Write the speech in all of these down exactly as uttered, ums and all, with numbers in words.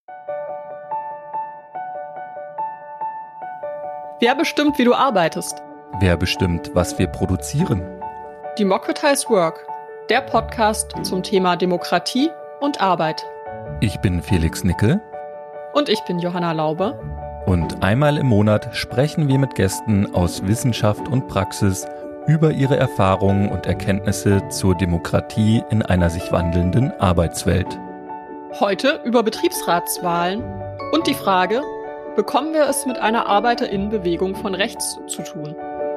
Wer bestimmt, wie du arbeitest? Wer bestimmt, was wir produzieren? Democratize Work, der Podcast zum Thema Demokratie und Arbeit. Ich bin Felix Nickel. Und ich bin Johanna Laube. Und einmal im Monat sprechen wir mit Gästen aus Wissenschaft und Praxis über ihre Erfahrungen und Erkenntnisse zur Demokratie in einer sich wandelnden Arbeitswelt. Heute über Betriebsratswahlen und die Frage, bekommen wir es mit einer ArbeiterInnenbewegung von rechts zu tun?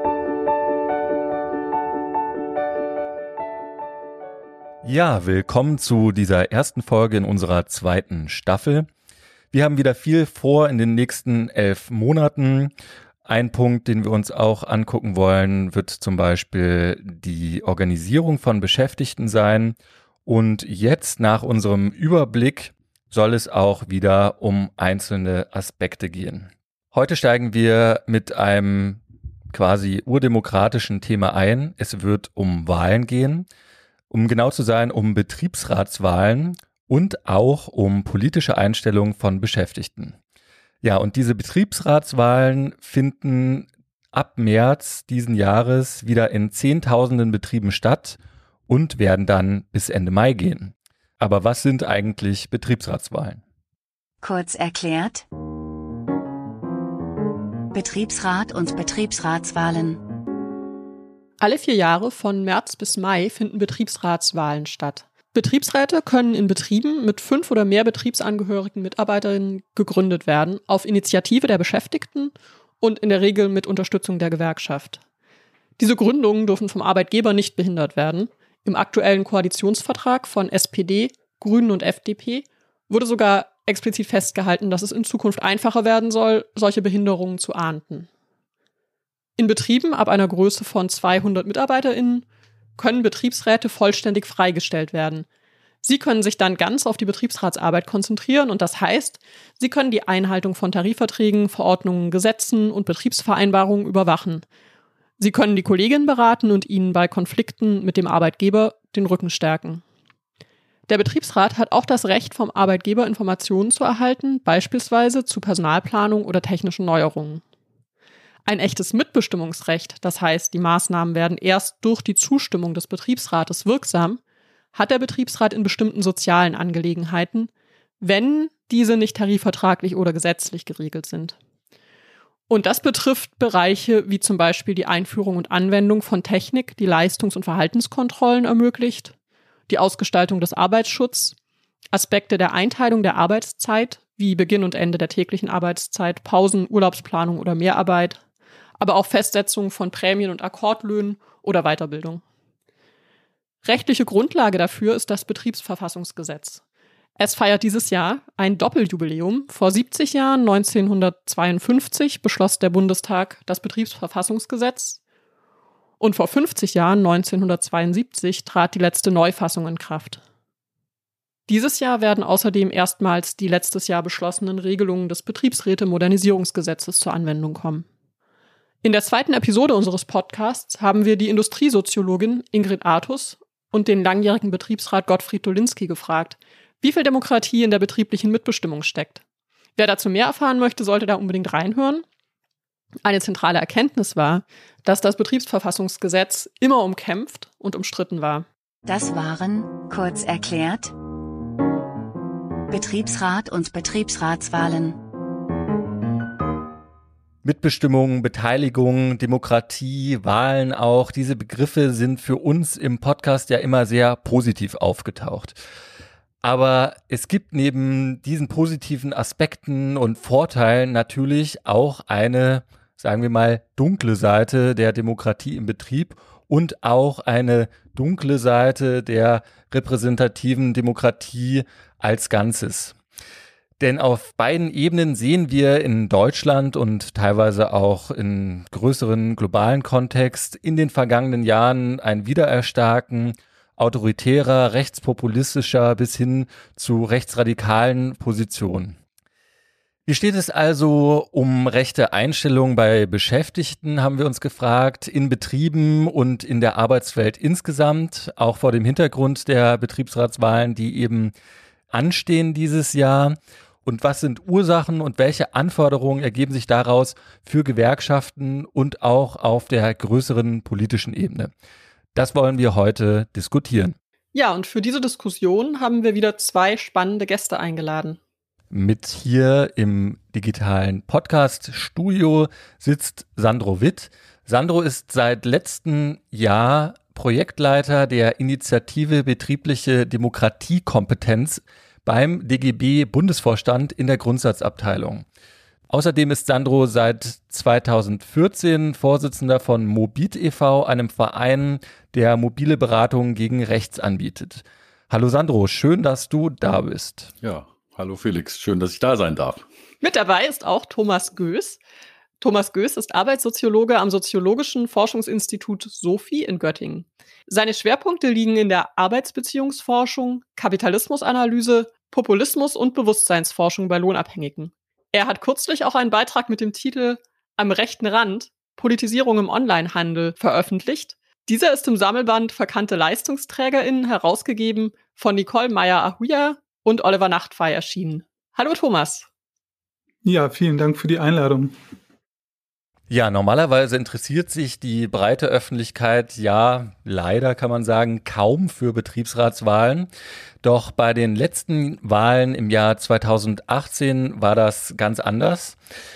Ja, willkommen zu dieser ersten Folge in unserer zweiten Staffel. Wir haben wieder viel vor in den nächsten elf Monaten. Ein Punkt, den wir uns auch angucken wollen, wird zum Beispiel die Organisierung von Beschäftigten sein. Und jetzt nach unserem Überblick soll es auch wieder um einzelne Aspekte gehen. Heute steigen wir mit einem quasi urdemokratischen Thema ein. Es wird um Wahlen gehen, um genau zu sein, um Betriebsratswahlen und auch um politische Einstellungen von Beschäftigten. Ja, und diese Betriebsratswahlen finden ab März diesen Jahres wieder in Zehntausenden Betrieben statt und werden dann bis Ende Mai gehen. Aber was sind eigentlich Betriebsratswahlen? Kurz erklärt: Betriebsrat und Betriebsratswahlen. Alle vier Jahre von März bis Mai finden Betriebsratswahlen statt. Betriebsräte können in Betrieben mit fünf oder mehr betriebsangehörigen MitarbeiterInnen gegründet werden, auf Initiative der Beschäftigten und in der Regel mit Unterstützung der Gewerkschaft. Diese Gründungen dürfen vom Arbeitgeber nicht behindert werden. Im aktuellen Koalitionsvertrag von S P D, Grünen und F D P wurde sogar explizit festgehalten, dass es in Zukunft einfacher werden soll, solche Behinderungen zu ahnden. In Betrieben ab einer Größe von zweihundert MitarbeiterInnen können Betriebsräte vollständig freigestellt werden. Sie können sich dann ganz auf die Betriebsratsarbeit konzentrieren und das heißt, sie können die Einhaltung von Tarifverträgen, Verordnungen, Gesetzen und Betriebsvereinbarungen überwachen. Sie können die Kolleginnen beraten und ihnen bei Konflikten mit dem Arbeitgeber den Rücken stärken. Der Betriebsrat hat auch das Recht, vom Arbeitgeber Informationen zu erhalten, beispielsweise zu Personalplanung oder technischen Neuerungen. Ein echtes Mitbestimmungsrecht, das heißt, die Maßnahmen werden erst durch die Zustimmung des Betriebsrates wirksam, hat der Betriebsrat in bestimmten sozialen Angelegenheiten, wenn diese nicht tarifvertraglich oder gesetzlich geregelt sind. Und das betrifft Bereiche wie zum Beispiel die Einführung und Anwendung von Technik, die Leistungs- und Verhaltenskontrollen ermöglicht, die Ausgestaltung des Arbeitsschutzes, Aspekte der Einteilung der Arbeitszeit, wie Beginn und Ende der täglichen Arbeitszeit, Pausen, Urlaubsplanung oder Mehrarbeit, aber auch Festsetzung von Prämien und Akkordlöhnen oder Weiterbildung. Rechtliche Grundlage dafür ist das Betriebsverfassungsgesetz. Es feiert dieses Jahr ein Doppeljubiläum. Vor siebzig Jahren, neunzehnhundertzweiundfünfzig, beschloss der Bundestag das Betriebsverfassungsgesetz und vor fünfzig Jahren, neunzehnhundertzweiundsiebzig, trat die letzte Neufassung in Kraft. Dieses Jahr werden außerdem erstmals die letztes Jahr beschlossenen Regelungen des Betriebsräte-Modernisierungsgesetzes zur Anwendung kommen. In der zweiten Episode unseres Podcasts haben wir die Industriesoziologin Ingrid Artus und den langjährigen Betriebsrat Gottfried Dolinski gefragt, wie viel Demokratie in der betrieblichen Mitbestimmung steckt. Wer dazu mehr erfahren möchte, sollte da unbedingt reinhören. Eine zentrale Erkenntnis war, dass das Betriebsverfassungsgesetz immer umkämpft und umstritten war. Das waren, kurz erklärt, Betriebsrat und Betriebsratswahlen. Mitbestimmung, Beteiligung, Demokratie, Wahlen auch, diese Begriffe sind für uns im Podcast ja immer sehr positiv aufgetaucht. Aber es gibt neben diesen positiven Aspekten und Vorteilen natürlich auch eine, sagen wir mal, dunkle Seite der Demokratie im Betrieb und auch eine dunkle Seite der repräsentativen Demokratie als Ganzes. Denn auf beiden Ebenen sehen wir in Deutschland und teilweise auch in größeren globalen Kontext in den vergangenen Jahren ein Wiedererstarken autoritärer, rechtspopulistischer bis hin zu rechtsradikalen Positionen. Wie steht es also um rechte Einstellungen bei Beschäftigten, haben wir uns gefragt, in Betrieben und in der Arbeitswelt insgesamt, auch vor dem Hintergrund der Betriebsratswahlen, die eben anstehen dieses Jahr. Und was sind Ursachen und welche Anforderungen ergeben sich daraus für Gewerkschaften und auch auf der größeren politischen Ebene? Das wollen wir heute diskutieren. Ja, und für diese Diskussion haben wir wieder zwei spannende Gäste eingeladen. Mit hier im digitalen Podcast-Studio sitzt Sandro Witt. Sandro ist seit letztem Jahr Projektleiter der Initiative Betriebliche Demokratiekompetenz beim D G B-Bundesvorstand in der Grundsatzabteilung. Außerdem ist Sandro seit zweitausendvierzehn Vorsitzender von Mobit e V, einem Verein, der mobile Beratung gegen rechts anbietet. Hallo Sandro, schön, dass du da bist. Ja, hallo Felix, schön, dass ich da sein darf. Mit dabei ist auch Thomas Göß. Thomas Göß ist Arbeitssoziologe am Soziologischen Forschungsinstitut SOFI in Göttingen. Seine Schwerpunkte liegen in der Arbeitsbeziehungsforschung, Kapitalismusanalyse, Populismus und Bewusstseinsforschung bei Lohnabhängigen. Er hat kürzlich auch einen Beitrag mit dem Titel Am rechten Rand – Politisierung im Onlinehandel veröffentlicht. Dieser ist im Sammelband Verkannte LeistungsträgerInnen herausgegeben von Nicole Meyer-Ahuja und Oliver Nachtfey erschienen. Hallo Thomas. Ja, vielen Dank für die Einladung. Ja, normalerweise interessiert sich die breite Öffentlichkeit, ja, leider kann man sagen, kaum für Betriebsratswahlen. Doch bei den letzten Wahlen im Jahr zweitausendachtzehn war das ganz anders.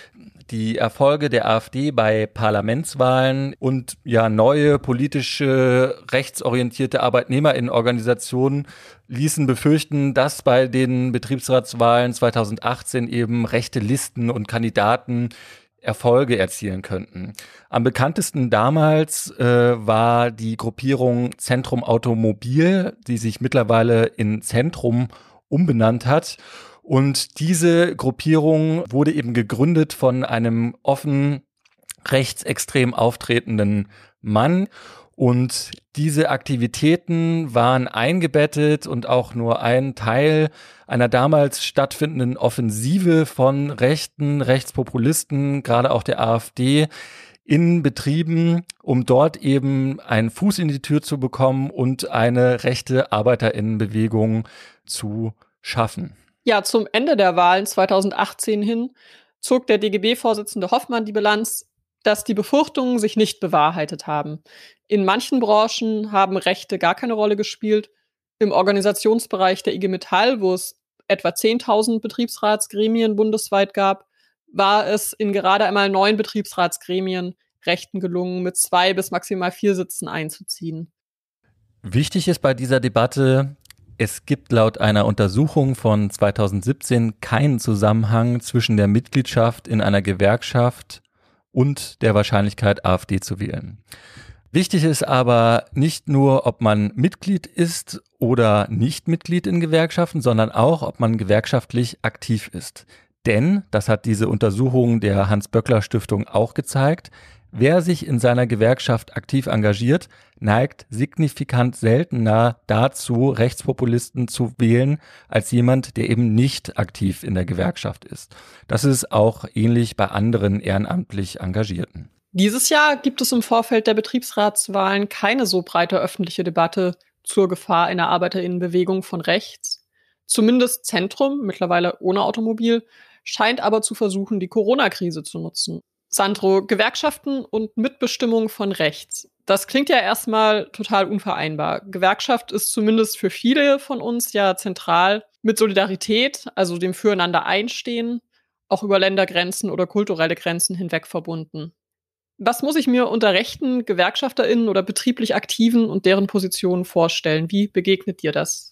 Die Erfolge der AfD bei Parlamentswahlen und ja neue politische, rechtsorientierte Arbeitnehmerinnenorganisationen ließen befürchten, dass bei den Betriebsratswahlen zweitausendachtzehn eben rechte Listen und Kandidaten Erfolge erzielen könnten. Am bekanntesten damals äh, war die Gruppierung Zentrum Automobil, die sich mittlerweile in Zentrum umbenannt hat. Und diese Gruppierung wurde eben gegründet von einem offen rechtsextrem auftretenden Mann. Und diese Aktivitäten waren eingebettet und auch nur ein Teil einer damals stattfindenden Offensive von Rechten, Rechtspopulisten, gerade auch der AfD, in Betrieben, um dort eben einen Fuß in die Tür zu bekommen und eine rechte ArbeiterInnenbewegung zu schaffen. Ja, zum Ende der Wahlen zweitausendachtzehn hin zog der D G B-Vorsitzende Hoffmann die Bilanz, dass die Befürchtungen sich nicht bewahrheitet haben. In manchen Branchen haben Rechte gar keine Rolle gespielt. Im Organisationsbereich der I G Metall, wo es etwa zehntausend Betriebsratsgremien bundesweit gab, war es in gerade einmal neun Betriebsratsgremien Rechten gelungen, mit zwei bis maximal vier Sitzen einzuziehen. Wichtig ist bei dieser Debatte, es gibt laut einer Untersuchung von zweitausendsiebzehn keinen Zusammenhang zwischen der Mitgliedschaft in einer Gewerkschaft und der Wahrscheinlichkeit, AfD zu wählen. Wichtig ist aber nicht nur, ob man Mitglied ist oder nicht Mitglied in Gewerkschaften, sondern auch, ob man gewerkschaftlich aktiv ist. Denn, das hat diese Untersuchung der Hans-Böckler-Stiftung auch gezeigt, wer sich in seiner Gewerkschaft aktiv engagiert, neigt signifikant seltener dazu, Rechtspopulisten zu wählen, als jemand, der eben nicht aktiv in der Gewerkschaft ist. Das ist auch ähnlich bei anderen ehrenamtlich Engagierten. Dieses Jahr gibt es im Vorfeld der Betriebsratswahlen keine so breite öffentliche Debatte zur Gefahr einer ArbeiterInnenbewegung von rechts. Zumindest Zentrum, mittlerweile ohne Automobil, scheint aber zu versuchen, die Corona-Krise zu nutzen. Sandro, Gewerkschaften und Mitbestimmung von rechts. Das klingt ja erstmal total unvereinbar. Gewerkschaft ist zumindest für viele von uns ja zentral mit Solidarität, also dem Füreinander einstehen, auch über Ländergrenzen oder kulturelle Grenzen hinweg verbunden. Was muss ich mir unter rechten GewerkschafterInnen oder betrieblich Aktiven und deren Positionen vorstellen? Wie begegnet dir das?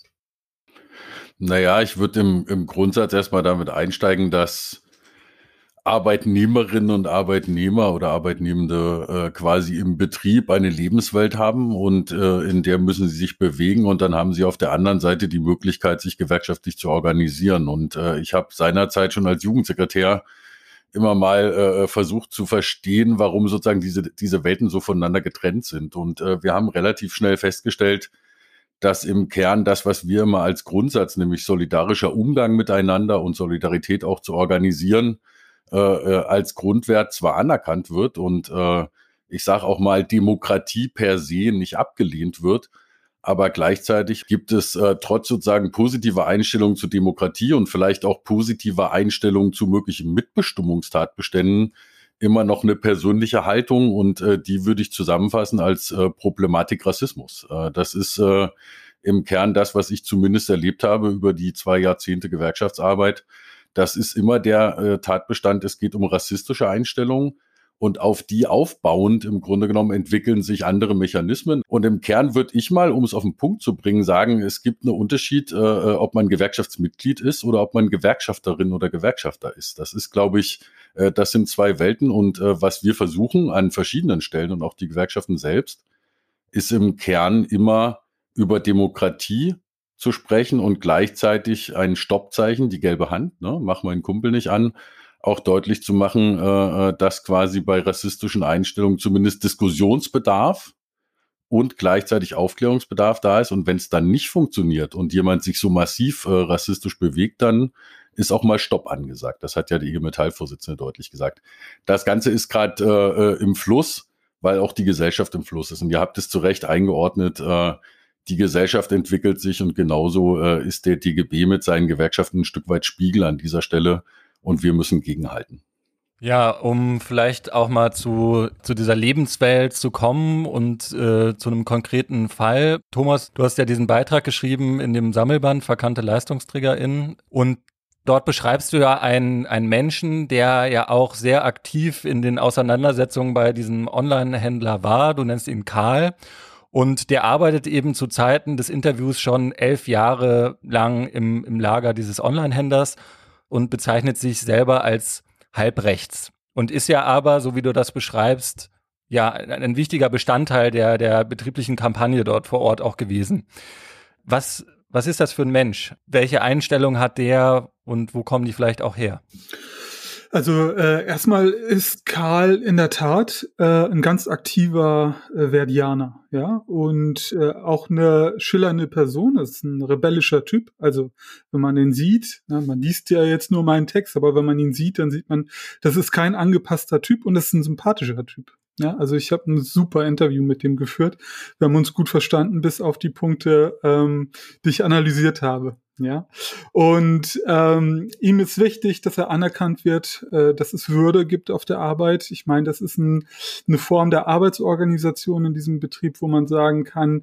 Naja, ich würde im, im Grundsatz erstmal damit einsteigen, dass Arbeitnehmerinnen und Arbeitnehmer oder Arbeitnehmende äh, quasi im Betrieb eine Lebenswelt haben und äh, in der müssen sie sich bewegen und dann haben sie auf der anderen Seite die Möglichkeit, sich gewerkschaftlich zu organisieren. Und äh, ich habe seinerzeit schon als Jugendsekretär immer mal äh, versucht zu verstehen, warum sozusagen diese, diese Welten so voneinander getrennt sind. Und äh, wir haben relativ schnell festgestellt, dass im Kern das, was wir immer als Grundsatz, nämlich solidarischer Umgang miteinander und Solidarität auch zu organisieren, äh, als Grundwert zwar anerkannt wird und äh, ich sage auch mal Demokratie per se nicht abgelehnt wird, Aber gleichzeitig gibt es äh, trotz sozusagen positiver Einstellung zur Demokratie und vielleicht auch positiver Einstellung zu möglichen Mitbestimmungstatbeständen immer noch eine persönliche Haltung und äh, die würde ich zusammenfassen als äh, Problematik Rassismus. Äh, das ist äh, im Kern das, was ich zumindest erlebt habe über die zwei Jahrzehnte Gewerkschaftsarbeit. Das ist immer der äh, Tatbestand, es geht um rassistische Einstellungen. Und auf die aufbauend im Grunde genommen entwickeln sich andere Mechanismen. Und im Kern würde ich mal, um es auf den Punkt zu bringen, sagen, es gibt einen Unterschied, äh, ob man Gewerkschaftsmitglied ist oder ob man Gewerkschafterin oder Gewerkschafter ist. Das ist, glaube ich, äh, das sind zwei Welten. Und äh, was wir versuchen an verschiedenen Stellen und auch die Gewerkschaften selbst, ist im Kern immer über Demokratie zu sprechen und gleichzeitig ein Stoppzeichen, die gelbe Hand, ne, mach meinen Kumpel nicht an, auch deutlich zu machen, äh, dass quasi bei rassistischen Einstellungen zumindest Diskussionsbedarf und gleichzeitig Aufklärungsbedarf da ist. Und wenn es dann nicht funktioniert und jemand sich so massiv äh, rassistisch bewegt, dann ist auch mal Stopp angesagt. Das hat ja die I G Metall-Vorsitzende deutlich gesagt. Das Ganze ist gerade äh, im Fluss, weil auch die Gesellschaft im Fluss ist. Und ihr habt es zu Recht eingeordnet, äh, die Gesellschaft entwickelt sich und genauso äh, ist der D G B mit seinen Gewerkschaften ein Stück weit Spiegel an dieser Stelle. Und wir müssen gegenhalten. Ja, um vielleicht auch mal zu, zu dieser Lebenswelt zu kommen und äh, zu einem konkreten Fall. Thomas, du hast ja diesen Beitrag geschrieben in dem Sammelband Verkannte LeistungsträgerInnen und dort beschreibst du ja einen, einen Menschen, der ja auch sehr aktiv in den Auseinandersetzungen bei diesem Online-Händler war. Du nennst ihn Karl. Und der arbeitet eben zu Zeiten des Interviews schon elf Jahre lang im, im Lager dieses Online-Händlers und bezeichnet sich selber als halbrechts und ist ja aber, so wie du das beschreibst, ja ein, ein wichtiger Bestandteil der, der betrieblichen Kampagne dort vor Ort auch gewesen. Was, was ist das für ein Mensch? Welche Einstellung hat der und wo kommen die vielleicht auch her? Also äh, erstmal ist Karl in der Tat äh, ein ganz aktiver äh, Verdianer, ja, und äh, auch eine schillernde Person, ist ein rebellischer Typ. Also wenn man ihn sieht, na, man liest ja jetzt nur meinen Text, aber wenn man ihn sieht, dann sieht man, das ist kein angepasster Typ und das ist ein sympathischer Typ. Ja, also ich habe ein super Interview mit dem geführt. Wir haben uns gut verstanden, bis auf die Punkte, ähm, die ich analysiert habe. Ja, und ähm, ihm ist wichtig, dass er anerkannt wird, äh, dass es Würde gibt auf der Arbeit. Ich meine, das ist ein, eine Form der Arbeitsorganisation in diesem Betrieb, wo man sagen kann,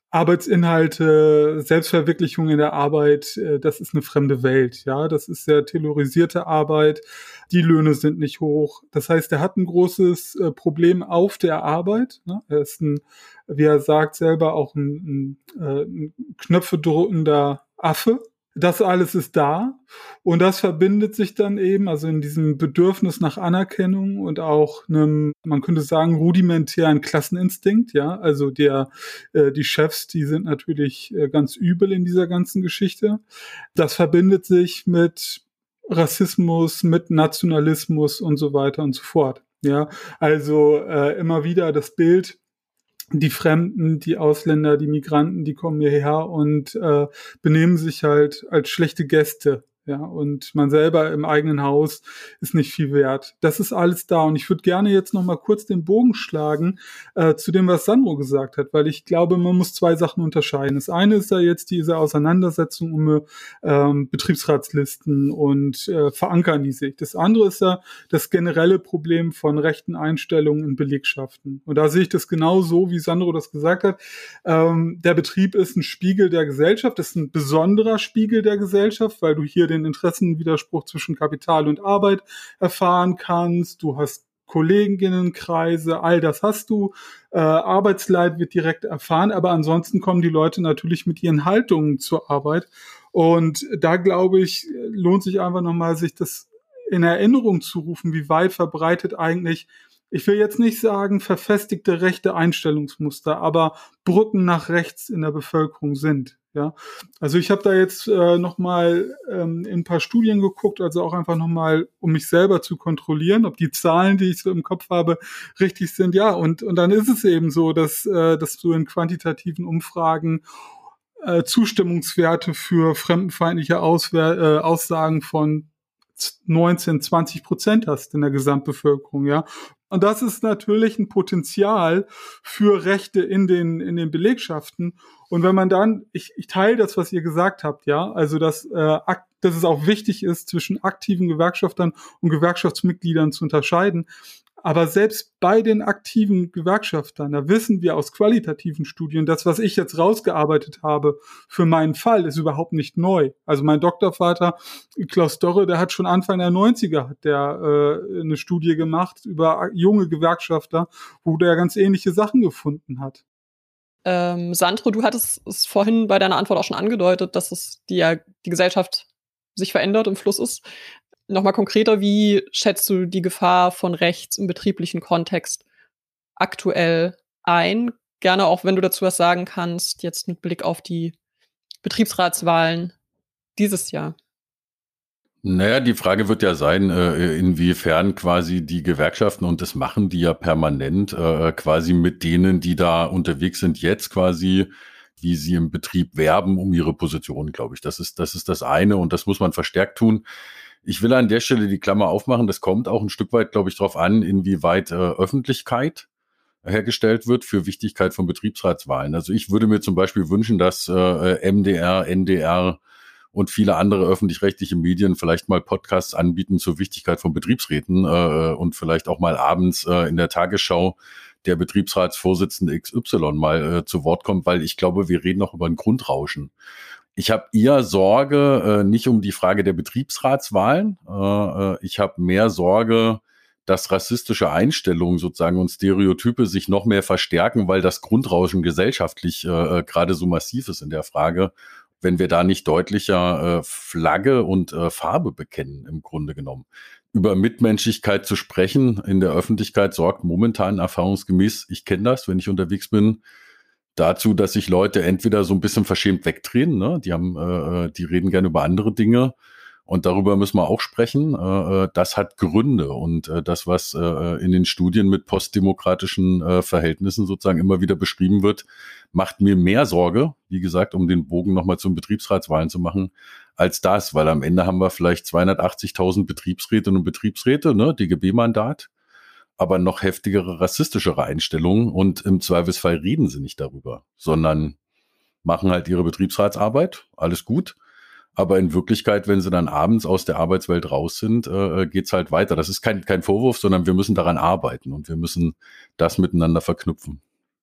Arbeitsinhalte, Selbstverwirklichung in der Arbeit, äh, das ist eine fremde Welt. Ja, das ist sehr tailorisierte Arbeit. Die Löhne sind nicht hoch. Das heißt, er hat ein großes äh, Problem auf der Arbeit. Ne? Er ist ein, wie er sagt selber, auch ein, ein, äh, ein Knöpfe drückender Affe. Das alles ist da und das verbindet sich dann eben, also in diesem Bedürfnis nach Anerkennung und auch einem, man könnte sagen, rudimentären Klasseninstinkt, ja, also der, äh, die Chefs, die sind natürlich äh, ganz übel in dieser ganzen Geschichte. Das verbindet sich mit Rassismus, mit Nationalismus und so weiter und so fort, ja, also äh, immer wieder das Bild, die Fremden, die Ausländer, die Migranten, die kommen hierher und äh, benehmen sich halt als schlechte Gäste. Ja, und man selber im eigenen Haus ist nicht viel wert. Das ist alles da. Und ich würde gerne jetzt noch mal kurz den Bogen schlagen äh, zu dem, was Sandro gesagt hat, weil ich glaube, man muss zwei Sachen unterscheiden. Das eine ist ja jetzt diese Auseinandersetzung um ähm, Betriebsratslisten und äh, verankern die sich. Das andere ist ja das generelle Problem von rechten Einstellungen in Belegschaften. Und da sehe ich das genau so, wie Sandro das gesagt hat. Ähm, der Betrieb ist ein Spiegel der Gesellschaft, ist ein besonderer Spiegel der Gesellschaft, weil du hier den Interessenwiderspruch zwischen Kapital und Arbeit erfahren kannst. Du hast Kolleginnenkreise, all das hast du. Äh, Arbeitsleid wird direkt erfahren, aber ansonsten kommen die Leute natürlich mit ihren Haltungen zur Arbeit. Und da, glaube ich, lohnt sich einfach nochmal, sich das in Erinnerung zu rufen, wie weit verbreitet eigentlich, ich will jetzt nicht sagen, verfestigte rechte Einstellungsmuster, aber Brücken nach rechts in der Bevölkerung sind. Ja, also ich habe da jetzt äh, nochmal ähm, in ein paar Studien geguckt, also auch einfach nochmal, um mich selber zu kontrollieren, ob die Zahlen, die ich so im Kopf habe, richtig sind. Ja, und und dann ist es eben so, dass äh, dass du in quantitativen Umfragen äh, Zustimmungswerte für fremdenfeindliche Auswer- äh, Aussagen von neunzehn, zwanzig Prozent hast in der Gesamtbevölkerung, ja. Und das ist natürlich ein Potenzial für Rechte in den, in den Belegschaften. Und wenn man dann, ich, ich teile das, was ihr gesagt habt, ja, also dass, äh, dass es auch wichtig ist, zwischen aktiven Gewerkschaftern und Gewerkschaftsmitgliedern zu unterscheiden. Aber selbst bei den aktiven Gewerkschaftern, da wissen wir aus qualitativen Studien, das, was ich jetzt rausgearbeitet habe für meinen Fall, ist überhaupt nicht neu. Also mein Doktorvater, Klaus Dorre, der hat schon Anfang der neunziger hat der, äh, eine Studie gemacht über junge Gewerkschafter, wo der ganz ähnliche Sachen gefunden hat. Ähm, Sandro, du hattest es vorhin bei deiner Antwort auch schon angedeutet, dass es die, ja, die Gesellschaft sich verändert, im Fluss ist. Nochmal konkreter, wie schätzt du die Gefahr von rechts im betrieblichen Kontext aktuell ein? Gerne auch, wenn du dazu was sagen kannst, jetzt mit Blick auf die Betriebsratswahlen dieses Jahr. Naja, die Frage wird ja sein, äh, inwiefern quasi die Gewerkschaften, und das machen die ja permanent, äh, quasi mit denen, die da unterwegs sind, jetzt quasi, wie sie im Betrieb werben um ihre Position, glaube ich. Das ist, das ist das eine und das muss man verstärkt tun. Ich will an der Stelle die Klammer aufmachen, das kommt auch ein Stück weit, glaube ich, darauf an, inwieweit äh, Öffentlichkeit hergestellt wird für Wichtigkeit von Betriebsratswahlen. Also ich würde mir zum Beispiel wünschen, dass äh, M D R, N D R und viele andere öffentlich-rechtliche Medien vielleicht mal Podcasts anbieten zur Wichtigkeit von Betriebsräten äh, und vielleicht auch mal abends äh, in der Tagesschau der Betriebsratsvorsitzende X Y mal äh, zu Wort kommt, weil ich glaube, wir reden noch über ein Grundrauschen. Ich habe eher Sorge, äh, nicht um die Frage der Betriebsratswahlen. Äh, ich habe mehr Sorge, dass rassistische Einstellungen sozusagen und Stereotype sich noch mehr verstärken, weil das Grundrauschen gesellschaftlich äh, gerade so massiv ist in der Frage, wenn wir da nicht deutlicher äh, Flagge und äh, Farbe bekennen, im Grunde genommen. Über Mitmenschlichkeit zu sprechen in der Öffentlichkeit sorgt momentan erfahrungsgemäß, ich kenne das, wenn ich unterwegs bin, dazu, dass sich Leute entweder so ein bisschen verschämt wegdrehen, ne? Die haben, äh, die reden gerne über andere Dinge und darüber müssen wir auch sprechen. Äh, das hat Gründe und äh, das, was äh, in den Studien mit postdemokratischen äh, Verhältnissen sozusagen immer wieder beschrieben wird, macht mir mehr Sorge, wie gesagt, um den Bogen nochmal zum Betriebsratswahlen zu machen, als das, weil am Ende haben wir vielleicht zweihundertachtzigtausend Betriebsrätinnen und Betriebsräte, ne, D G B-Mandat, aber noch heftigere, rassistischere Einstellungen und im Zweifelsfall reden sie nicht darüber, sondern machen halt ihre Betriebsratsarbeit, alles gut, aber in Wirklichkeit, wenn sie dann abends aus der Arbeitswelt raus sind, äh, geht's halt weiter. Das ist kein, kein Vorwurf, sondern wir müssen daran arbeiten und wir müssen das miteinander verknüpfen.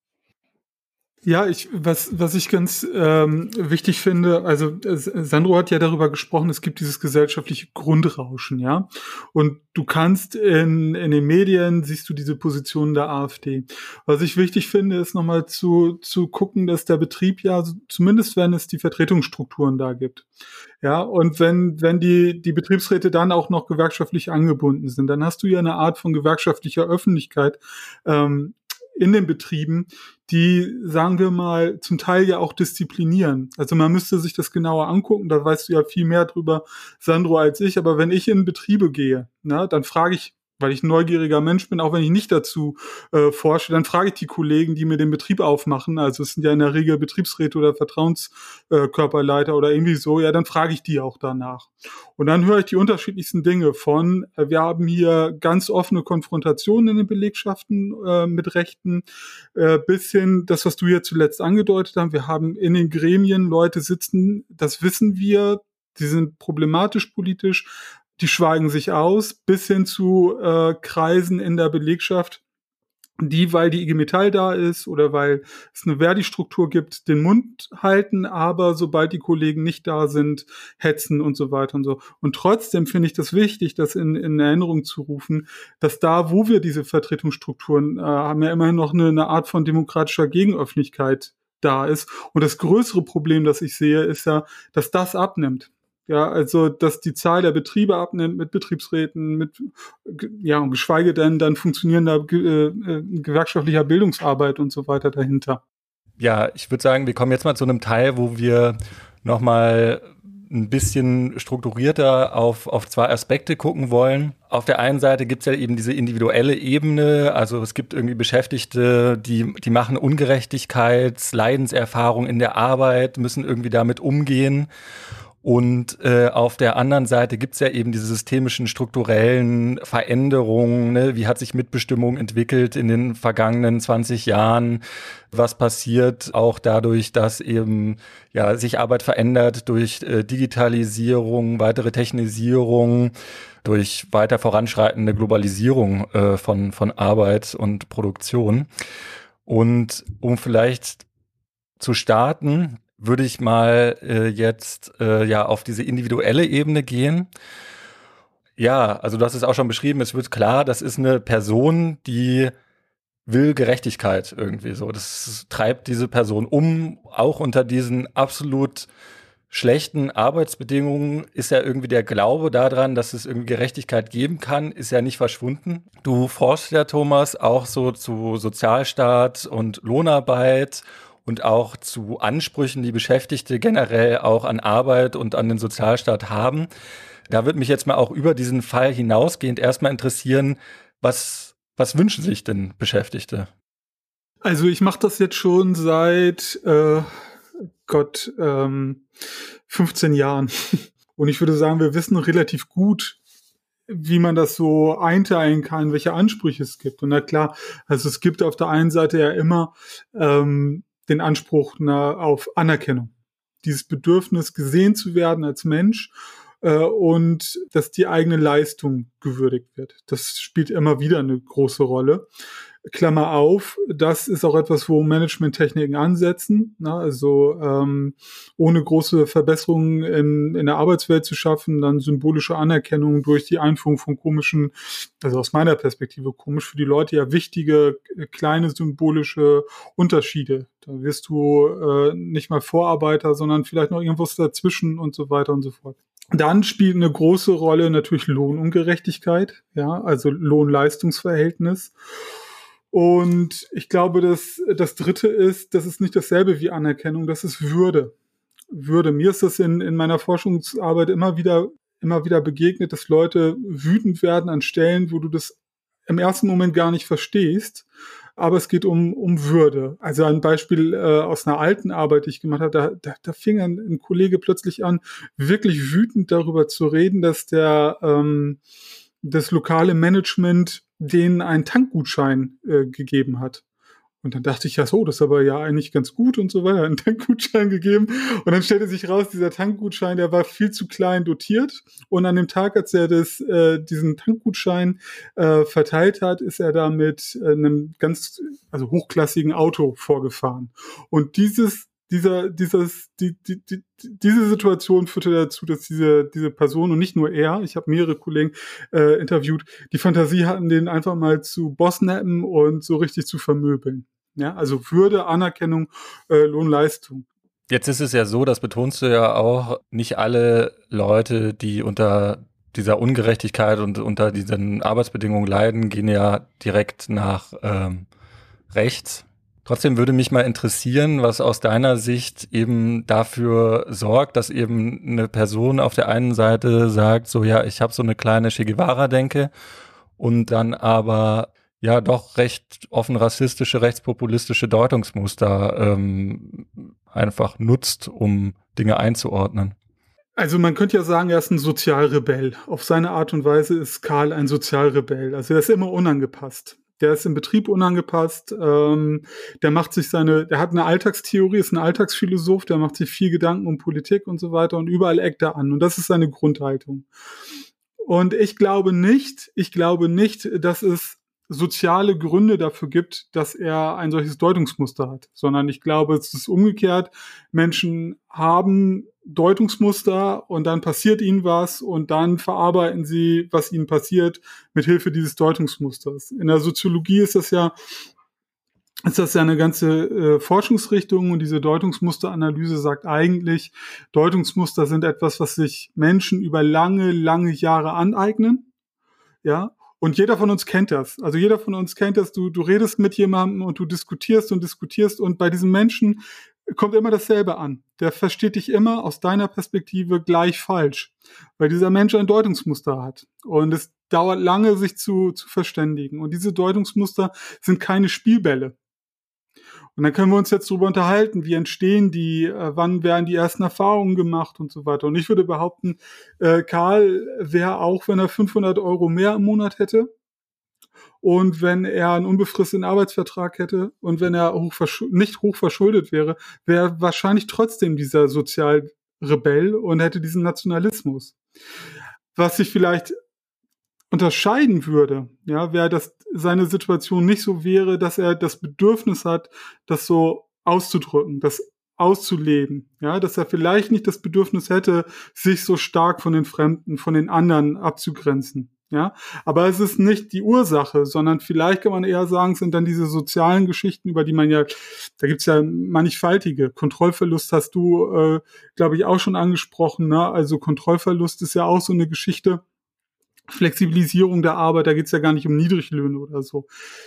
Ja, ich, was, was ich ganz ähm, wichtig finde, also äh, Sandro hat ja darüber gesprochen, es gibt dieses gesellschaftliche Grundrauschen, ja. Und du kannst in, in den Medien siehst du diese Position der AfD. Was ich wichtig finde, ist nochmal zu, zu gucken, dass der Betrieb ja, zumindest wenn es die Vertretungsstrukturen da gibt. Ja, und wenn, wenn die, die Betriebsräte dann auch noch gewerkschaftlich angebunden sind, dann hast du ja eine Art von gewerkschaftlicher Öffentlichkeit, ähm, in den Betrieben, die, sagen wir mal, zum Teil ja auch disziplinieren. Also man müsste sich das genauer angucken, da weißt du ja viel mehr drüber, Sandro, als ich, aber wenn ich in Betriebe gehe, na, dann frage ich, weil ich ein neugieriger Mensch bin, auch wenn ich nicht dazu äh, forsche, dann frage ich die Kollegen, die mir den Betrieb aufmachen, also es sind ja in der Regel Betriebsräte oder Vertrauenskörperleiter äh, oder irgendwie so, ja, dann frage ich die auch danach. Und dann höre ich die unterschiedlichsten Dinge von, äh, wir haben hier ganz offene Konfrontationen in den Belegschaften äh, mit Rechten, äh, bis hin, das, was du ja zuletzt angedeutet hast, wir haben in den Gremien Leute sitzen, das wissen wir, die sind problematisch politisch, die schweigen sich aus, bis hin zu äh, Kreisen in der Belegschaft, die, weil die I G Metall da ist oder weil es eine Verdi-Struktur gibt, den Mund halten, aber sobald die Kollegen nicht da sind, hetzen und so weiter und so. Und trotzdem finde ich das wichtig, das in, in Erinnerung zu rufen, dass da, wo wir diese Vertretungsstrukturen äh, haben, ja immerhin noch eine, eine Art von demokratischer Gegenöffentlichkeit da ist. Und das größere Problem, das ich sehe, ist ja, dass das abnimmt. Ja, also, dass die Zahl der Betriebe abnimmt mit Betriebsräten, mit, ja, und geschweige denn dann funktionierender äh, gewerkschaftlicher Bildungsarbeit und so weiter dahinter. Ja, ich würde sagen, wir kommen jetzt mal zu einem Teil, wo wir nochmal ein bisschen strukturierter auf, auf zwei Aspekte gucken wollen. Auf der einen Seite gibt es ja eben diese individuelle Ebene, also es gibt irgendwie Beschäftigte, die, die machen Ungerechtigkeits-, Leidenserfahrung in der Arbeit, müssen irgendwie damit umgehen. Und äh, auf der anderen Seite gibt's ja eben diese systemischen, strukturellen Veränderungen. Ne? Wie hat sich Mitbestimmung entwickelt in den vergangenen zwanzig Jahren? Was passiert auch dadurch, dass eben ja sich Arbeit verändert durch äh, Digitalisierung, weitere Technisierung, durch weiter voranschreitende Globalisierung äh, von von Arbeit und Produktion. Und um vielleicht zu starten, würde ich mal äh, jetzt äh, ja auf diese individuelle Ebene gehen. Ja, also du hast es auch schon beschrieben, es wird klar, das ist eine Person, die will Gerechtigkeit irgendwie so. Das treibt diese Person um, auch unter diesen absolut schlechten Arbeitsbedingungen ist ja irgendwie der Glaube daran, dass es irgendwie Gerechtigkeit geben kann, ist ja nicht verschwunden. Du forschst ja, Thomas, auch so zu Sozialstaat und Lohnarbeit und auch zu Ansprüchen, die Beschäftigte generell auch an Arbeit und an den Sozialstaat haben. Da würde mich jetzt mal auch über diesen Fall hinausgehend erstmal interessieren, was, was wünschen sich denn Beschäftigte? Also ich mache das jetzt schon seit, äh, Gott, ähm, fünfzehn Jahren. Und ich würde sagen, wir wissen relativ gut, wie man das so einteilen kann, welche Ansprüche es gibt. Und na klar, also es gibt auf der einen Seite ja immer ähm, den Anspruch na, auf Anerkennung. Dieses Bedürfnis, gesehen zu werden als Mensch äh, und dass die eigene Leistung gewürdigt wird. Das spielt immer wieder eine große Rolle. Klammer auf, das ist auch etwas, wo Managementtechniken ansetzen, ne? Also ähm, ohne große Verbesserungen in, in der Arbeitswelt zu schaffen, dann symbolische Anerkennung durch die Einführung von komischen, also aus meiner Perspektive komisch für die Leute ja wichtige kleine symbolische Unterschiede. Da wirst du äh, nicht mal Vorarbeiter, sondern vielleicht noch irgendwas dazwischen und so weiter und so fort. Dann spielt eine große Rolle natürlich Lohnungerechtigkeit, ja, also Lohn-Leistungs-Verhältnis. Und ich glaube, dass das Dritte ist, das ist nicht dasselbe wie Anerkennung, das ist Würde. Würde. Mir ist das in, in meiner Forschungsarbeit immer wieder, immer wieder begegnet, dass Leute wütend werden an Stellen, wo du das im ersten Moment gar nicht verstehst. Aber es geht um, um Würde. Also ein Beispiel äh, aus einer alten Arbeit, die ich gemacht habe, da, da, da fing ein, ein Kollege plötzlich an, wirklich wütend darüber zu reden, dass der ähm, das lokale Management denen einen Tankgutschein äh, gegeben hat. Und dann dachte ich, ja so, das ist aber ja eigentlich ganz gut und so weiter, einen Tankgutschein gegeben. Und dann stellte sich raus, dieser Tankgutschein, der war viel zu klein dotiert. Und an dem Tag, als er das, äh, diesen Tankgutschein äh, verteilt hat, ist er da mit äh, einem ganz, also hochklassigen Auto vorgefahren. Und dieses Dieser, dieses, die, die, die, diese Situation führte dazu, dass diese, diese Person und nicht nur er, ich habe mehrere Kollegen äh, interviewt, die Fantasie hatten, den einfach mal zu bossnappen und so richtig zu vermöbeln. Ja, also Würde, Anerkennung, äh, Lohnleistung. Jetzt ist es ja so, das betonst du ja auch, nicht alle Leute, die unter dieser Ungerechtigkeit und unter diesen Arbeitsbedingungen leiden, gehen ja direkt nach ähm, rechts. Trotzdem würde mich mal interessieren, was aus deiner Sicht eben dafür sorgt, dass eben eine Person auf der einen Seite sagt, so ja, ich habe so eine kleine Che Guevara-Denke und dann aber ja doch recht offen rassistische, rechtspopulistische Deutungsmuster ähm, einfach nutzt, um Dinge einzuordnen. Also man könnte ja sagen, er ist ein Sozialrebell. Auf seine Art und Weise ist Karl ein Sozialrebell. Also er ist immer unangepasst. Der ist im Betrieb unangepasst, ähm, der macht sich seine, der hat eine Alltagstheorie, ist ein Alltagsphilosoph, der macht sich viel Gedanken um Politik und so weiter und überall eckt er an und das ist seine Grundhaltung. Und ich glaube nicht, ich glaube nicht, dass es soziale Gründe dafür gibt, dass er ein solches Deutungsmuster hat, sondern ich glaube, es ist umgekehrt. Menschen haben Deutungsmuster und dann passiert ihnen was und dann verarbeiten sie, was ihnen passiert, mit Hilfe dieses Deutungsmusters. In der Soziologie ist das ja, ist das ja eine ganze äh, Forschungsrichtung und diese Deutungsmusteranalyse sagt eigentlich, Deutungsmuster sind etwas, was sich Menschen über lange, lange Jahre aneignen, ja. Und jeder von uns kennt das. Also jeder von uns kennt das. Du, du redest mit jemandem und du diskutierst und diskutierst und bei diesem Menschen kommt immer dasselbe an. Der versteht dich immer aus deiner Perspektive gleich falsch, weil dieser Mensch ein Deutungsmuster hat. Und es dauert lange, sich zu, zu verständigen. Und diese Deutungsmuster sind keine Spielbälle. Und dann können wir uns jetzt darüber unterhalten, wie entstehen die, äh, wann werden die ersten Erfahrungen gemacht und so weiter. Und ich würde behaupten, äh, Karl wäre auch, wenn er fünfhundert Euro mehr im Monat hätte und wenn er einen unbefristeten Arbeitsvertrag hätte und wenn er hoch nicht hoch verschuldet wäre, wäre er wahrscheinlich trotzdem dieser Sozialrebell und hätte diesen Nationalismus. Was sich vielleicht unterscheiden würde, ja, wäre, dass seine Situation nicht so wäre, dass er das Bedürfnis hat, das so auszudrücken, das auszuleben, ja, dass er vielleicht nicht das Bedürfnis hätte, sich so stark von den Fremden, von den anderen abzugrenzen, ja, aber es ist nicht die Ursache, sondern vielleicht kann man eher sagen, es sind dann diese sozialen Geschichten, über die man ja, da gibt's ja mannigfaltige. Kontrollverlust hast du, äh, glaube ich, auch schon angesprochen, ne? Also Kontrollverlust ist ja auch so eine Geschichte, Flexibilisierung der Arbeit, da geht's ja gar nicht um Niedriglöhne oder so.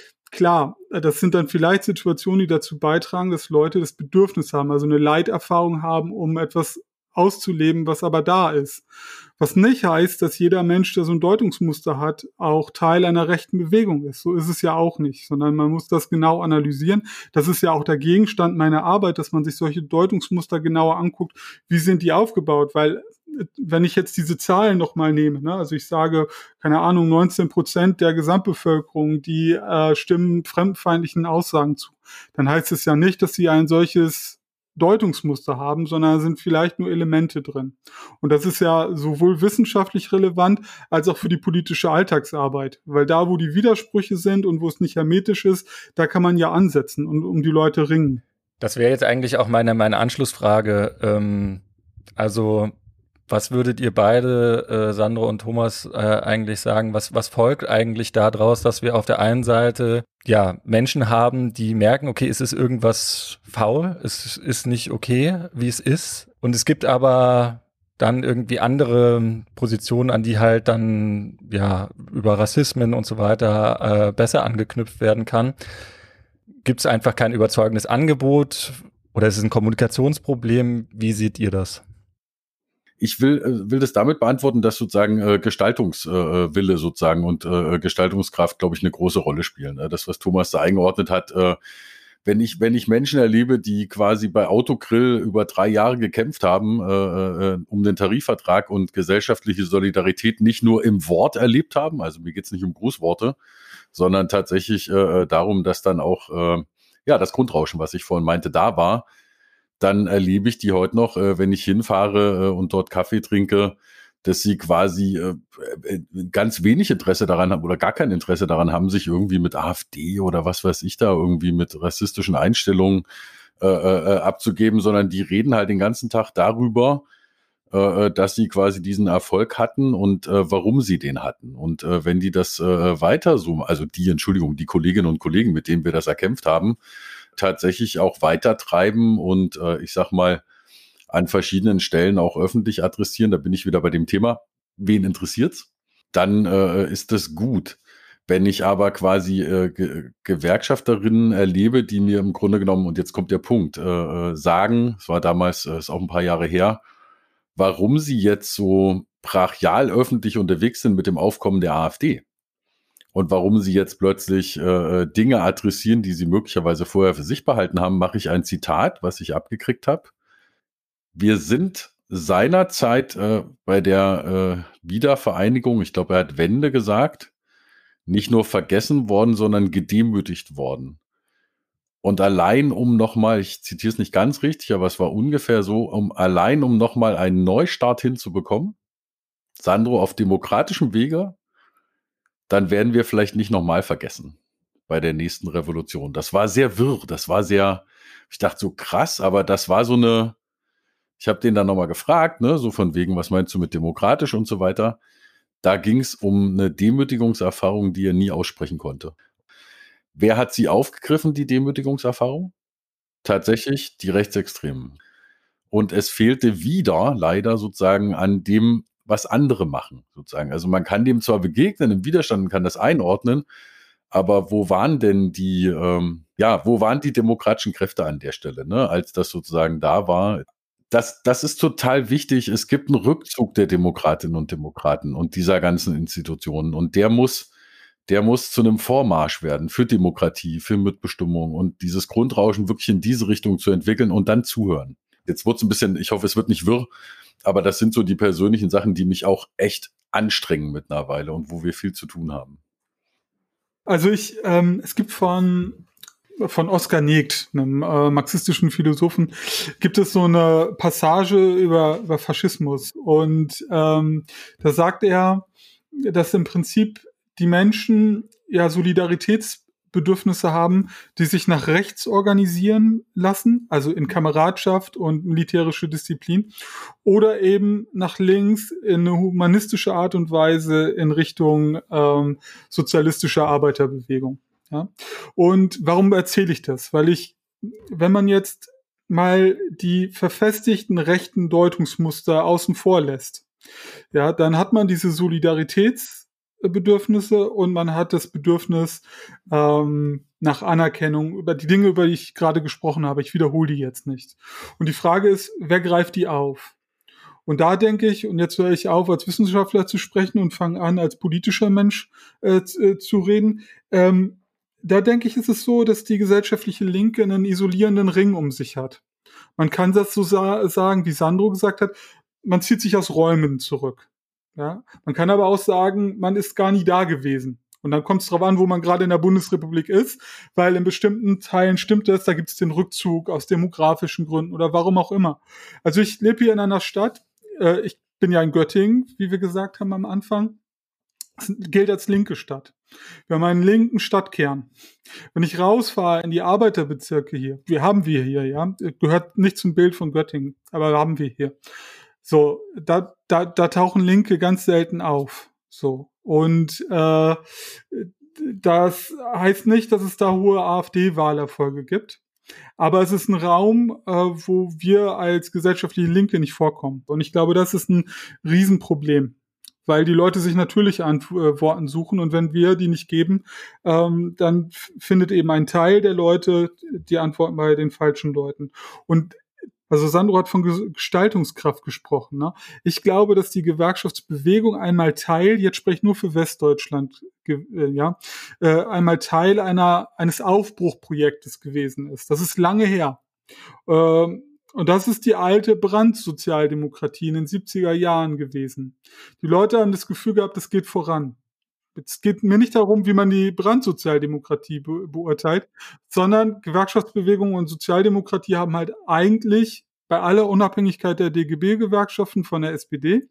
Klar, das sind dann vielleicht Situationen, die dazu beitragen, dass Leute das Bedürfnis haben, also eine Leiterfahrung haben, um etwas auszuleben, was aber da ist. Was nicht heißt, dass jeder Mensch, der so ein Deutungsmuster hat, auch Teil einer rechten Bewegung ist. So ist es ja auch nicht, sondern man muss das genau analysieren. Das ist ja auch der Gegenstand meiner Arbeit, dass man sich solche Deutungsmuster genauer anguckt. Wie sind die aufgebaut? Weil wenn ich jetzt diese Zahlen nochmal nehme, ne, also ich sage, keine Ahnung, neunzehn Prozent der Gesamtbevölkerung, die äh, stimmen fremdenfeindlichen Aussagen zu, dann heißt es ja nicht, dass sie ein solches Deutungsmuster haben, sondern sind vielleicht nur Elemente drin. Und das ist ja sowohl wissenschaftlich relevant als auch für die politische Alltagsarbeit, weil da, wo die Widersprüche sind und wo es nicht hermetisch ist, da kann man ja ansetzen und um die Leute ringen. Das wäre jetzt eigentlich auch meine, meine Anschlussfrage. Ähm, also was würdet ihr beide, äh, Sandro und Thomas, äh, eigentlich sagen? Was, was folgt eigentlich daraus, dass wir auf der einen Seite ja Menschen haben, die merken, okay, es ist irgendwas faul, es ist nicht okay, wie es ist. Und es gibt aber dann irgendwie andere Positionen, an die halt dann ja über Rassismen und so weiter äh, besser angeknüpft werden kann. Gibt es einfach kein überzeugendes Angebot oder ist es ein Kommunikationsproblem? Wie seht ihr das? Ich will, will das damit beantworten, dass sozusagen äh, Gestaltungswille äh, sozusagen und äh, Gestaltungskraft, glaube ich, eine große Rolle spielen. Ne? Das, was Thomas da eingeordnet hat, äh, wenn ich, wenn ich Menschen erlebe, die quasi bei Autogrill über drei Jahre gekämpft haben, äh, äh, um den Tarifvertrag und gesellschaftliche Solidarität nicht nur im Wort erlebt haben, also mir geht's nicht um Grußworte, sondern tatsächlich äh, darum, dass dann auch äh, ja das Grundrauschen, was ich vorhin meinte, da war, dann erlebe ich die heute noch, äh, wenn ich hinfahre äh, und dort Kaffee trinke, dass sie quasi äh, ganz wenig Interesse daran haben oder gar kein Interesse daran haben, sich irgendwie mit AfD oder was weiß ich da irgendwie mit rassistischen Einstellungen äh, äh, abzugeben, sondern die reden halt den ganzen Tag darüber, äh, dass sie quasi diesen Erfolg hatten und äh, warum sie den hatten. Und äh, wenn die das äh, weiter so, also die, Entschuldigung, die Kolleginnen und Kollegen, mit denen wir das erkämpft haben, tatsächlich auch weitertreiben und äh, ich sag mal an verschiedenen Stellen auch öffentlich adressieren, da bin ich wieder bei dem Thema, wen interessiert's? Dann äh, ist das gut. Wenn ich aber quasi äh, Ge- Gewerkschafterinnen erlebe, die mir im Grunde genommen, und jetzt kommt der Punkt, äh, sagen, es war damals, äh, ist auch ein paar Jahre her, warum sie jetzt so brachial öffentlich unterwegs sind mit dem Aufkommen der AfD. Und warum sie jetzt plötzlich äh, Dinge adressieren, die sie möglicherweise vorher für sich behalten haben, mache ich ein Zitat, was ich abgekriegt habe. Wir sind seinerzeit äh, bei der äh, Wiedervereinigung, ich glaube, er hat Wende gesagt, nicht nur vergessen worden, sondern gedemütigt worden. Und allein um nochmal, ich zitiere es nicht ganz richtig, aber es war ungefähr so, um allein um nochmal einen Neustart hinzubekommen, Sandro, auf demokratischem Wege, dann werden wir vielleicht nicht nochmal vergessen bei der nächsten Revolution. Das war sehr wirr, das war sehr, ich dachte so krass, aber das war so eine, ich habe den dann nochmal gefragt, ne, so von wegen, was meinst du mit demokratisch und so weiter. Da ging es um eine Demütigungserfahrung, die er nie aussprechen konnte. Wer hat sie aufgegriffen, die Demütigungserfahrung? Tatsächlich die Rechtsextremen. Und es fehlte wieder leider sozusagen an dem, was andere machen, sozusagen. Also man kann dem zwar begegnen, im Widerstand kann das einordnen, aber wo waren denn die, ähm, ja, wo waren die demokratischen Kräfte an der Stelle, ne, als das sozusagen da war? Das, das ist total wichtig. Es gibt einen Rückzug der Demokratinnen und Demokraten und dieser ganzen Institutionen und der muss, der muss zu einem Vormarsch werden für Demokratie, für Mitbestimmung und dieses Grundrauschen wirklich in diese Richtung zu entwickeln und dann zuhören. Jetzt wird es ein bisschen, ich hoffe, es wird nicht wirr, aber das sind so die persönlichen Sachen, die mich auch echt anstrengen mittlerweile und wo wir viel zu tun haben. Also ich, ähm, es gibt von von Oskar Negt, einem äh, marxistischen Philosophen, gibt es so eine Passage über, über Faschismus. Und ähm, da sagt er, dass im Prinzip die Menschen ja Solidaritätsbedürfnisse haben, die sich nach rechts organisieren lassen, also in Kameradschaft und militärische Disziplin, oder eben nach links in eine humanistische Art und Weise in Richtung ähm, sozialistischer Arbeiterbewegung. Ja? Und warum erzähle ich das? Weil ich, wenn man jetzt mal die verfestigten rechten Deutungsmuster außen vor lässt, ja, dann hat man diese Solidaritätsbedürfnisse und man hat das Bedürfnis ähm, nach Anerkennung über die Dinge, über die ich gerade gesprochen habe. Ich wiederhole die jetzt nicht. Und die Frage ist, wer greift die auf? Und da denke ich, und jetzt höre ich auf, als Wissenschaftler zu sprechen und fange an, als politischer Mensch äh, zu, zu reden, ähm, da denke ich, ist es so, dass die gesellschaftliche Linke einen isolierenden Ring um sich hat. Man kann das so sa- sagen, wie Sandro gesagt hat, man zieht sich aus Räumen zurück. Ja? Man kann aber auch sagen, man ist gar nie da gewesen. Und dann kommt es darauf an, wo man gerade in der Bundesrepublik ist, weil in bestimmten Teilen stimmt das, da gibt es den Rückzug aus demografischen Gründen oder warum auch immer. Also ich lebe hier in einer Stadt, äh, ich bin ja in Göttingen, wie wir gesagt haben am Anfang, das gilt als linke Stadt. Wir haben einen linken Stadtkern. Wenn ich rausfahre in die Arbeiterbezirke hier, wir haben wir hier, ja, gehört nicht zum Bild von Göttingen, aber haben wir hier. So, da, da, da tauchen Linke ganz selten auf. So. Und äh, das heißt nicht, dass es da hohe AfD-Wahlerfolge gibt. Aber es ist ein Raum, äh, wo wir als gesellschaftliche Linke nicht vorkommen. Und ich glaube, das ist ein Riesenproblem. Weil die Leute sich natürlich Antworten suchen und wenn wir die nicht geben, ähm, dann f- findet eben ein Teil der Leute die Antworten bei den falschen Leuten. Und also Sandro hat von Ges- Gestaltungskraft gesprochen. Ne? Ich glaube, dass die Gewerkschaftsbewegung einmal Teil, jetzt spreche ich nur für Westdeutschland, ge- äh, ja, äh, einmal Teil einer eines Aufbruchprojektes gewesen ist. Das ist lange her. Ähm, Und das ist die alte Brandsozialdemokratie in den siebziger Jahren gewesen. Die Leute haben das Gefühl gehabt, es geht voran. Es geht mir nicht darum, wie man die Brandsozialdemokratie be- beurteilt, sondern Gewerkschaftsbewegung und Sozialdemokratie haben halt eigentlich bei aller Unabhängigkeit der D G B-Gewerkschaften von der S P D,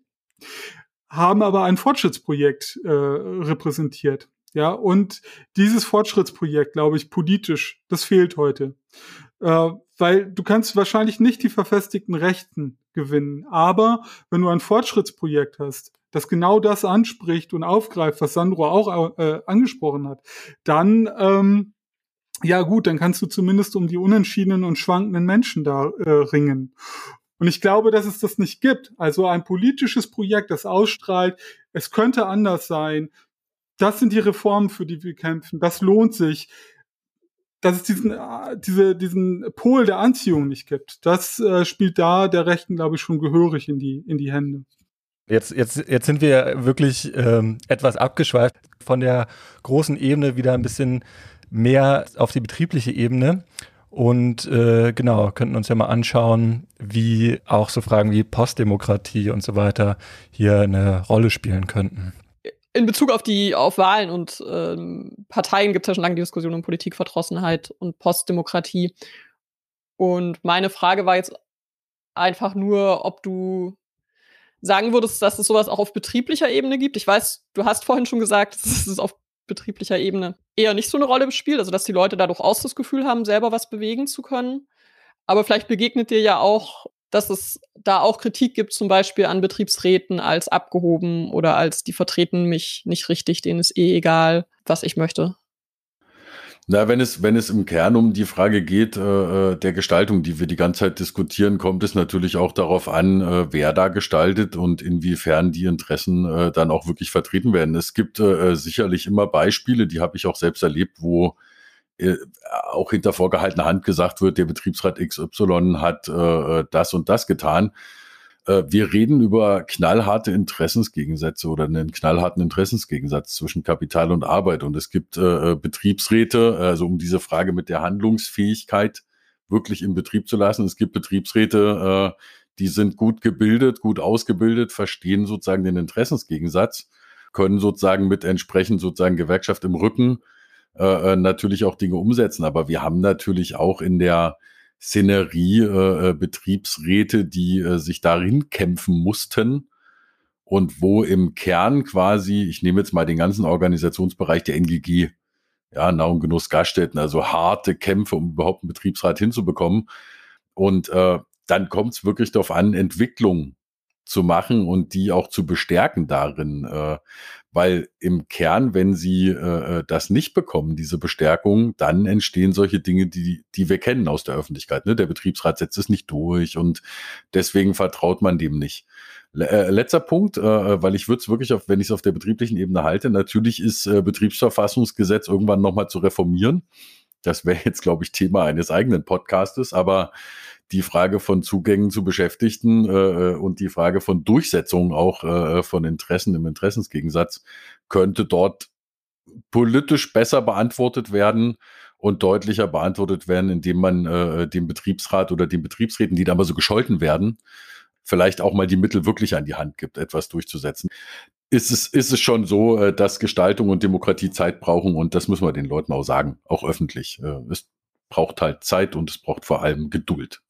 haben aber ein Fortschrittsprojekt äh, repräsentiert. Ja, und dieses Fortschrittsprojekt, glaube ich, politisch, das fehlt heute. Äh, weil du kannst wahrscheinlich nicht die verfestigten Rechten gewinnen. Aber wenn du ein Fortschrittsprojekt hast, das genau das anspricht und aufgreift, was Sandro auch äh, angesprochen hat, dann, ähm, ja gut, dann kannst du zumindest um die unentschiedenen und schwankenden Menschen da äh, ringen. Und ich glaube, dass es das nicht gibt. Also ein politisches Projekt, das ausstrahlt, es könnte anders sein. Das sind die Reformen, für die wir kämpfen. Das lohnt sich. Dass es diesen, äh, diese, diesen Pol der Anziehung nicht gibt, das äh, spielt da der Rechten, glaube ich, schon gehörig in die, in die Hände. Jetzt, jetzt, jetzt sind wir wirklich ähm, etwas abgeschweift von der großen Ebene wieder ein bisschen mehr auf die betriebliche Ebene. Und äh, genau, könnten uns ja mal anschauen, wie auch so Fragen wie Postdemokratie und so weiter hier eine Rolle spielen könnten. In Bezug auf die auf Wahlen und ähm, Parteien gibt es ja schon lange die Diskussion um Politikverdrossenheit und Postdemokratie. Und meine Frage war jetzt einfach nur, ob du sagen würdest, dass es sowas auch auf betrieblicher Ebene gibt. Ich weiß, du hast vorhin schon gesagt, dass es auf betrieblicher Ebene eher nicht so eine Rolle spielt, also dass die Leute da durchaus das Gefühl haben, selber was bewegen zu können. Aber vielleicht begegnet dir ja auch, dass es da auch Kritik gibt, zum Beispiel an Betriebsräten als abgehoben oder als die vertreten mich nicht richtig, denen ist eh egal, was ich möchte. Na, wenn es, wenn es im Kern um die Frage geht, äh, der Gestaltung, die wir die ganze Zeit diskutieren, kommt es natürlich auch darauf an, äh, wer da gestaltet und inwiefern die Interessen äh, dann auch wirklich vertreten werden. Es gibt äh, sicherlich immer Beispiele, die habe ich auch selbst erlebt, wo äh, auch hinter vorgehaltener Hand gesagt wird, der Betriebsrat X Y hat äh, das und das getan. Äh, wir reden über knallharte Interessensgegensätze oder einen knallharten Interessensgegensatz zwischen Kapital und Arbeit. Und es gibt äh, Betriebsräte, also um diese Frage mit der Handlungsfähigkeit wirklich in Betrieb zu lassen. Es gibt Betriebsräte, äh, die sind gut gebildet, gut ausgebildet, verstehen sozusagen den Interessensgegensatz, können sozusagen mit entsprechend sozusagen Gewerkschaft im Rücken äh, natürlich auch Dinge umsetzen. Aber wir haben natürlich auch in der Szenerie äh, Betriebsräte, die äh, sich darin kämpfen mussten und wo im Kern quasi, ich nehme jetzt mal den ganzen Organisationsbereich der N G G, ja, Nahrung, Genuss, Gaststätten, also harte Kämpfe, um überhaupt einen Betriebsrat hinzubekommen. Und äh, dann kommt es wirklich darauf an, Entwicklung zu machen und die auch zu bestärken darin. Äh, weil im Kern, wenn sie äh, das nicht bekommen, diese Bestärkung, dann entstehen solche Dinge, die, die wir kennen aus der Öffentlichkeit. Ne? Der Betriebsrat setzt es nicht durch und deswegen vertraut man dem nicht. Le- äh, letzter Punkt, äh, weil ich würde es wirklich, auf, wenn ich es auf der betrieblichen Ebene halte, natürlich ist äh, Betriebsverfassungsgesetz irgendwann nochmal zu reformieren. Das wäre jetzt, glaube ich, Thema eines eigenen Podcastes, aber die Frage von Zugängen zu Beschäftigten äh, und die Frage von Durchsetzung auch äh, von Interessen im Interessensgegensatz könnte dort politisch besser beantwortet werden und deutlicher beantwortet werden, indem man äh, dem Betriebsrat oder den Betriebsräten, die da mal so gescholten werden, vielleicht auch mal die Mittel wirklich an die Hand gibt, etwas durchzusetzen. Ist es, ist es schon so, dass Gestaltung und Demokratie Zeit brauchen und das müssen wir den Leuten auch sagen, auch öffentlich. Es braucht halt Zeit und es braucht vor allem Geduld.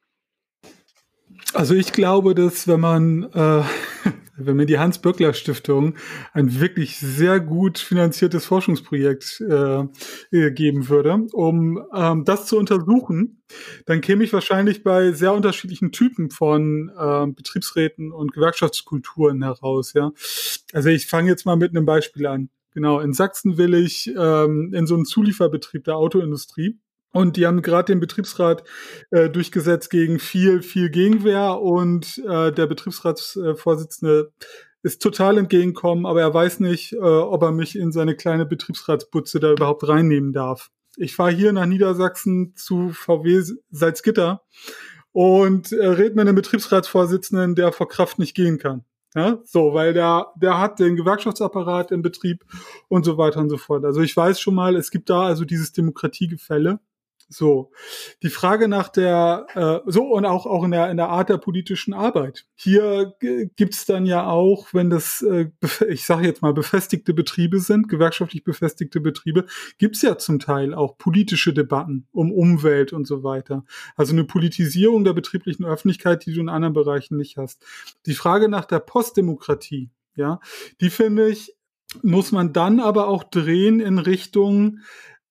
Also ich glaube, dass wenn man, äh, wenn mir die Hans-Böckler-Stiftung ein wirklich sehr gut finanziertes Forschungsprojekt äh, geben würde, um ähm, das zu untersuchen, dann käme ich wahrscheinlich bei sehr unterschiedlichen Typen von äh, Betriebsräten und Gewerkschaftskulturen heraus. Ja, also ich fange jetzt mal mit einem Beispiel an. Genau, in Sachsen will ich ähm, in so einen Zulieferbetrieb der Autoindustrie. Und die haben gerade den Betriebsrat äh, durchgesetzt gegen viel, viel Gegenwehr. Und äh, der Betriebsratsvorsitzende ist total entgegengekommen, aber er weiß nicht, äh, ob er mich in seine kleine Betriebsratsbutze da überhaupt reinnehmen darf. Ich fahre hier nach Niedersachsen zu V W Salzgitter und äh, rede mit einem Betriebsratsvorsitzenden, der vor Kraft nicht gehen kann. Ja, so, weil der, der hat den Gewerkschaftsapparat im Betrieb und so weiter und so fort. Also ich weiß schon mal, es gibt da also dieses Demokratiegefälle. So, die Frage nach der, äh, so und auch auch in der in der Art der politischen Arbeit. Hier g- gibt's dann ja auch, wenn das, äh, bef- ich sage jetzt mal befestigte Betriebe sind, gewerkschaftlich befestigte Betriebe, gibt's ja zum Teil auch politische Debatten um Umwelt und so weiter. Also eine Politisierung der betrieblichen Öffentlichkeit, die du in anderen Bereichen nicht hast. Die Frage nach der Postdemokratie, ja, die finde ich, muss man dann aber auch drehen in Richtung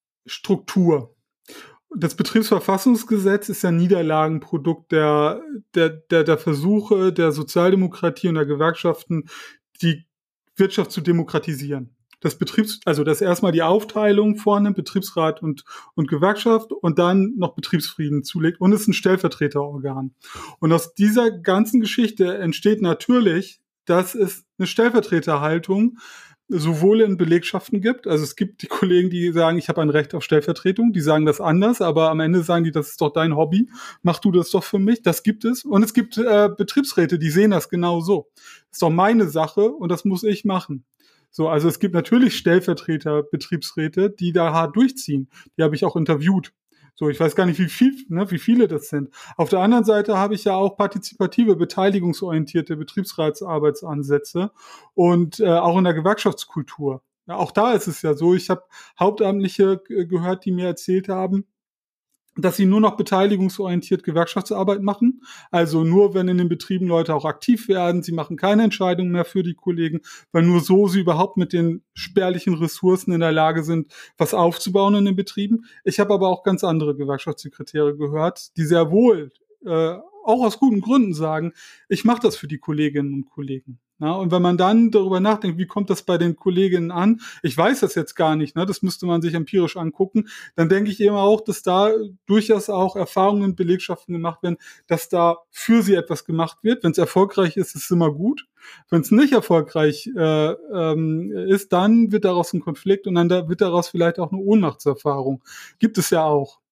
Struktur. Das Betriebsverfassungsgesetz ist ja Niederlagenprodukt der, der, der, der Versuche der Sozialdemokratie und der Gewerkschaften, die Wirtschaft zu demokratisieren. Das Betriebs, also das erstmal die Aufteilung vornimmt, Betriebsrat und, und Gewerkschaft und dann noch Betriebsfrieden zulegt und es ist ein Stellvertreterorgan. Und aus dieser ganzen Geschichte entsteht natürlich, dass es eine Stellvertreterhaltung sowohl in Belegschaften gibt, also es gibt die Kollegen, die sagen, ich habe ein Recht auf Stellvertretung, die sagen das anders, aber am Ende sagen die, das ist doch dein Hobby, mach du das doch für mich, das gibt es. Und es gibt äh, Betriebsräte, die sehen das genau so. Das ist doch meine Sache und das muss ich machen. So, also es gibt natürlich Stellvertreter, Betriebsräte, die da hart durchziehen. Die habe ich auch interviewt. So, ich weiß gar nicht, wie viel, ne, wie viele das sind. Auf der anderen Seite habe ich ja auch partizipative, beteiligungsorientierte Betriebsratsarbeitsansätze und äh, auch in der Gewerkschaftskultur. Ja, auch da ist es ja so, ich habe Hauptamtliche g- gehört, die mir erzählt haben, dass sie nur noch beteiligungsorientiert Gewerkschaftsarbeit machen. Also nur, wenn in den Betrieben Leute auch aktiv werden. Sie machen keine Entscheidungen mehr für die Kollegen, weil nur so sie überhaupt mit den spärlichen Ressourcen in der Lage sind, was aufzubauen in den Betrieben. Ich habe aber auch ganz andere Gewerkschaftssekretäre gehört, die sehr wohl, äh, auch aus guten Gründen sagen, ich mache das für die Kolleginnen und Kollegen. Na, und wenn man dann darüber nachdenkt, wie kommt das bei den Kolleginnen an? Ich weiß das jetzt gar nicht, ne? Das müsste man sich empirisch angucken. Dann denke ich eben auch, dass da durchaus auch Erfahrungen und Belegschaften gemacht werden, dass da für sie etwas gemacht wird. Wenn es erfolgreich ist, ist es immer gut. Wenn es nicht erfolgreich äh, ähm, ist, dann wird daraus ein Konflikt und dann da wird daraus vielleicht auch eine Ohnmachtserfahrung. Gibt es ja auch.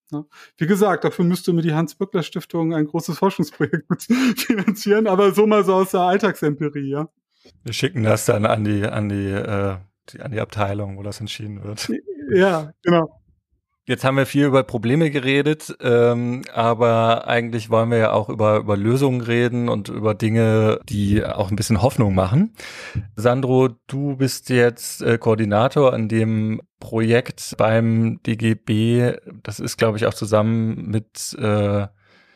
Ja. Wie gesagt, dafür müsste mir die Hans-Böckler-Stiftung ein großes Forschungsprojekt finanzieren, aber so mal so aus der Alltagsempirie, ja. Wir schicken das dann an die, an die, äh, die, an die Abteilung, wo das entschieden wird. Ja, genau. Jetzt haben wir viel über Probleme geredet, ähm, aber eigentlich wollen wir ja auch über, über Lösungen reden und über Dinge, die auch ein bisschen Hoffnung machen. Sandro, du bist jetzt äh, Koordinator an dem Projekt beim D G B. Das ist, glaube ich, auch zusammen mit äh,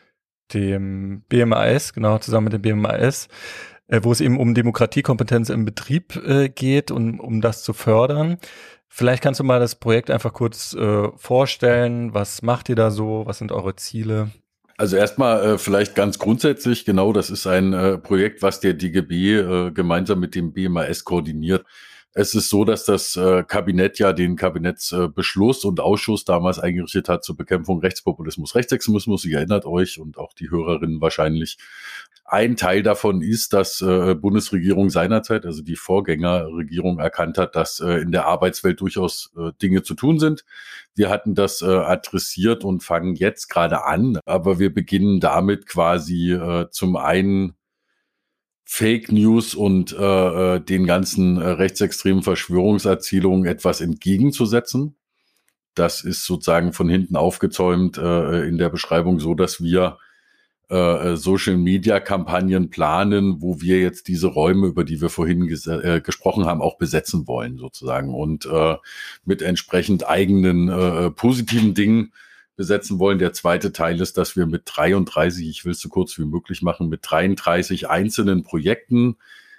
dem B M A S, genau, zusammen mit dem B M A S, äh, wo es eben um Demokratiekompetenz im Betrieb äh, geht und um das zu fördern. Vielleicht kannst du mal das Projekt einfach kurz äh, vorstellen. Was macht ihr da so? Was sind eure Ziele? Also erstmal äh, vielleicht ganz grundsätzlich, genau, das ist ein äh, Projekt, was der D G B äh, gemeinsam mit dem B M A S koordiniert. Es ist so, dass das äh, Kabinett ja den Kabinettsbeschluss äh, und Ausschuss damals eingerichtet hat zur Bekämpfung Rechtspopulismus, Rechtsextremismus. Ihr erinnert euch und auch die Hörerinnen wahrscheinlich. Ein Teil davon ist, dass äh, Bundesregierung seinerzeit, also die Vorgängerregierung, erkannt hat, dass äh, in der Arbeitswelt durchaus äh, Dinge zu tun sind. Wir hatten das äh, adressiert und fangen jetzt gerade an, aber wir beginnen damit quasi äh, zum einen Fake News und äh, den ganzen äh, rechtsextremen Verschwörungserzählungen etwas entgegenzusetzen. Das ist sozusagen von hinten aufgezäumt äh, in der Beschreibung so, dass wir äh, Social-Media-Kampagnen planen, wo wir jetzt diese Räume, über die wir vorhin ges- äh, gesprochen haben, auch besetzen wollen sozusagen und äh, mit entsprechend eigenen äh, positiven Dingen besetzen wollen. Der zweite Teil ist, dass wir mit dreiunddreißig, ich will es so kurz wie möglich machen, mit dreiunddreißig einzelnen Projekten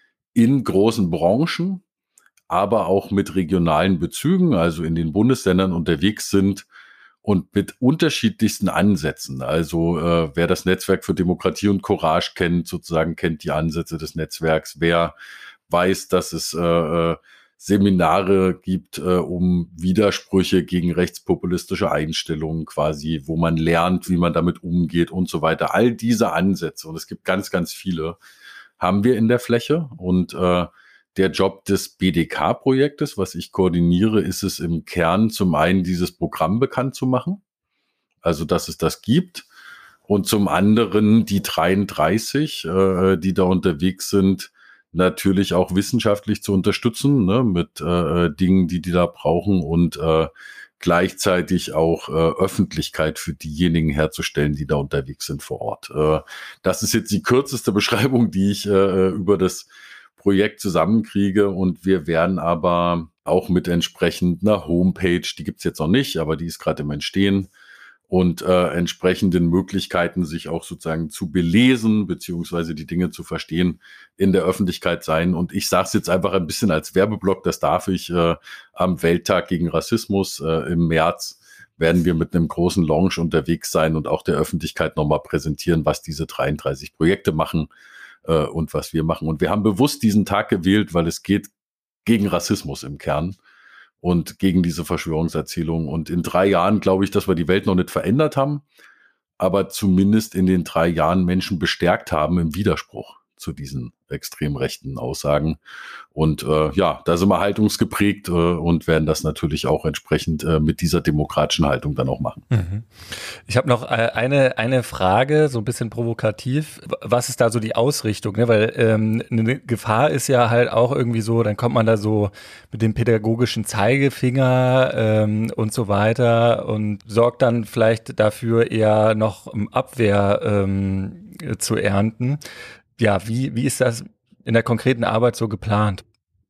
in großen Branchen, aber auch mit regionalen Bezügen, also in den Bundesländern unterwegs sind und mit unterschiedlichsten Ansätzen. Also äh, wer das Netzwerk für Demokratie und Courage kennt, sozusagen kennt die Ansätze des Netzwerks. Wer weiß, dass es äh, Seminare gibt, äh, um Widersprüche gegen rechtspopulistische Einstellungen quasi, wo man lernt, wie man damit umgeht und so weiter. All diese Ansätze, und es gibt ganz, ganz viele, haben wir in der Fläche. Und äh, der Job des B D K-Projektes, was ich koordiniere, ist es im Kern zum einen, dieses Programm bekannt zu machen, also dass es das gibt, und zum anderen die dreiunddreißig, äh, die da unterwegs sind, natürlich auch wissenschaftlich zu unterstützen, ne, mit äh, Dingen, die die da brauchen, und äh, gleichzeitig auch äh, Öffentlichkeit für diejenigen herzustellen, die da unterwegs sind vor Ort. Äh, das ist jetzt die kürzeste Beschreibung, die ich äh, über das Projekt zusammenkriege, und wir werden aber auch mit entsprechend einer Homepage, die gibt's jetzt noch nicht, aber die ist gerade im Entstehen, und äh, entsprechenden Möglichkeiten, sich auch sozusagen zu belesen, beziehungsweise die Dinge zu verstehen, in der Öffentlichkeit sein. Und ich sage es jetzt einfach ein bisschen als Werbeblock, das darf ich, äh, am Welttag gegen Rassismus äh, im März werden wir mit einem großen Launch unterwegs sein und auch der Öffentlichkeit nochmal präsentieren, was diese dreiunddreißig Projekte machen äh, und was wir machen. Und wir haben bewusst diesen Tag gewählt, weil es geht gegen Rassismus im Kern und gegen diese Verschwörungserzählungen. Und in drei Jahren glaube ich, dass wir die Welt noch nicht verändert haben, aber zumindest in den drei Jahren Menschen bestärkt haben im Widerspruch zu diesen extrem rechten Aussagen. Und äh, ja, da sind wir haltungsgeprägt äh, und werden das natürlich auch entsprechend äh, mit dieser demokratischen Haltung dann auch machen. Mhm. Ich habe noch äh, eine eine Frage, so ein bisschen provokativ. Was ist da so die Ausrichtung? Ne? Weil ähm, eine Gefahr ist ja halt auch irgendwie so, dann kommt man da so mit dem pädagogischen Zeigefinger ähm, und so weiter und sorgt dann vielleicht dafür, eher noch Abwehr ähm, zu ernten. Ja, wie, wie ist das in der konkreten Arbeit so geplant?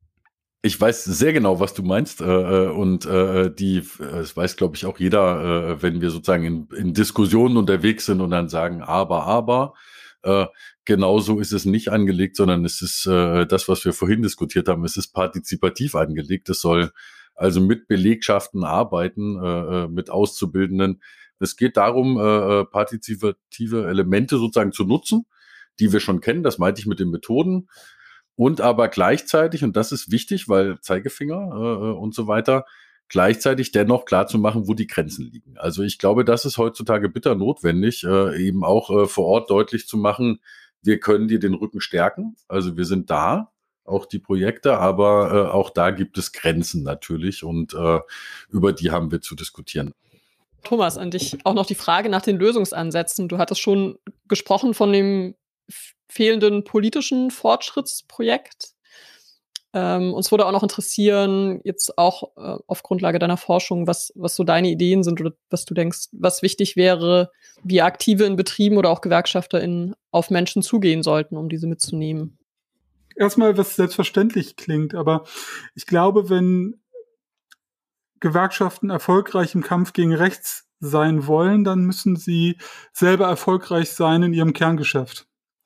Ich weiß sehr genau, was du meinst, äh, und äh, die, das weiß, glaube ich, auch jeder, äh, wenn wir sozusagen in, in Diskussionen unterwegs sind und dann sagen, aber, aber, äh, genauso ist es nicht angelegt, sondern es ist äh, das, was wir vorhin diskutiert haben, es ist partizipativ angelegt. Es soll also mit Belegschaften arbeiten, äh, mit Auszubildenden. Es geht darum, äh, partizipative Elemente sozusagen zu nutzen, die wir schon kennen, das meinte ich mit den Methoden, und aber gleichzeitig, und das ist wichtig, weil Zeigefinger äh, und so weiter, gleichzeitig dennoch klar zu machen, wo die Grenzen liegen. Also ich glaube, das ist heutzutage bitter notwendig, äh, eben auch äh, vor Ort deutlich zu machen, wir können dir den Rücken stärken, also wir sind da, auch die Projekte, aber äh, auch da gibt es Grenzen natürlich, und äh, über die haben wir zu diskutieren. Thomas, an dich auch noch die Frage nach den Lösungsansätzen. Du hattest schon gesprochen von dem fehlenden politischen Fortschrittsprojekt. Ähm, uns würde auch noch interessieren, jetzt auch äh, auf Grundlage deiner Forschung, was, was so deine Ideen sind oder was du denkst, was wichtig wäre, wie Aktive in Betrieben oder auch GewerkschafterInnen auf Menschen zugehen sollten, um diese mitzunehmen. Erstmal, was selbstverständlich klingt, aber ich glaube, wenn Gewerkschaften erfolgreich im Kampf gegen rechts sein wollen, dann müssen sie selber erfolgreich sein in ihrem Kerngeschäft.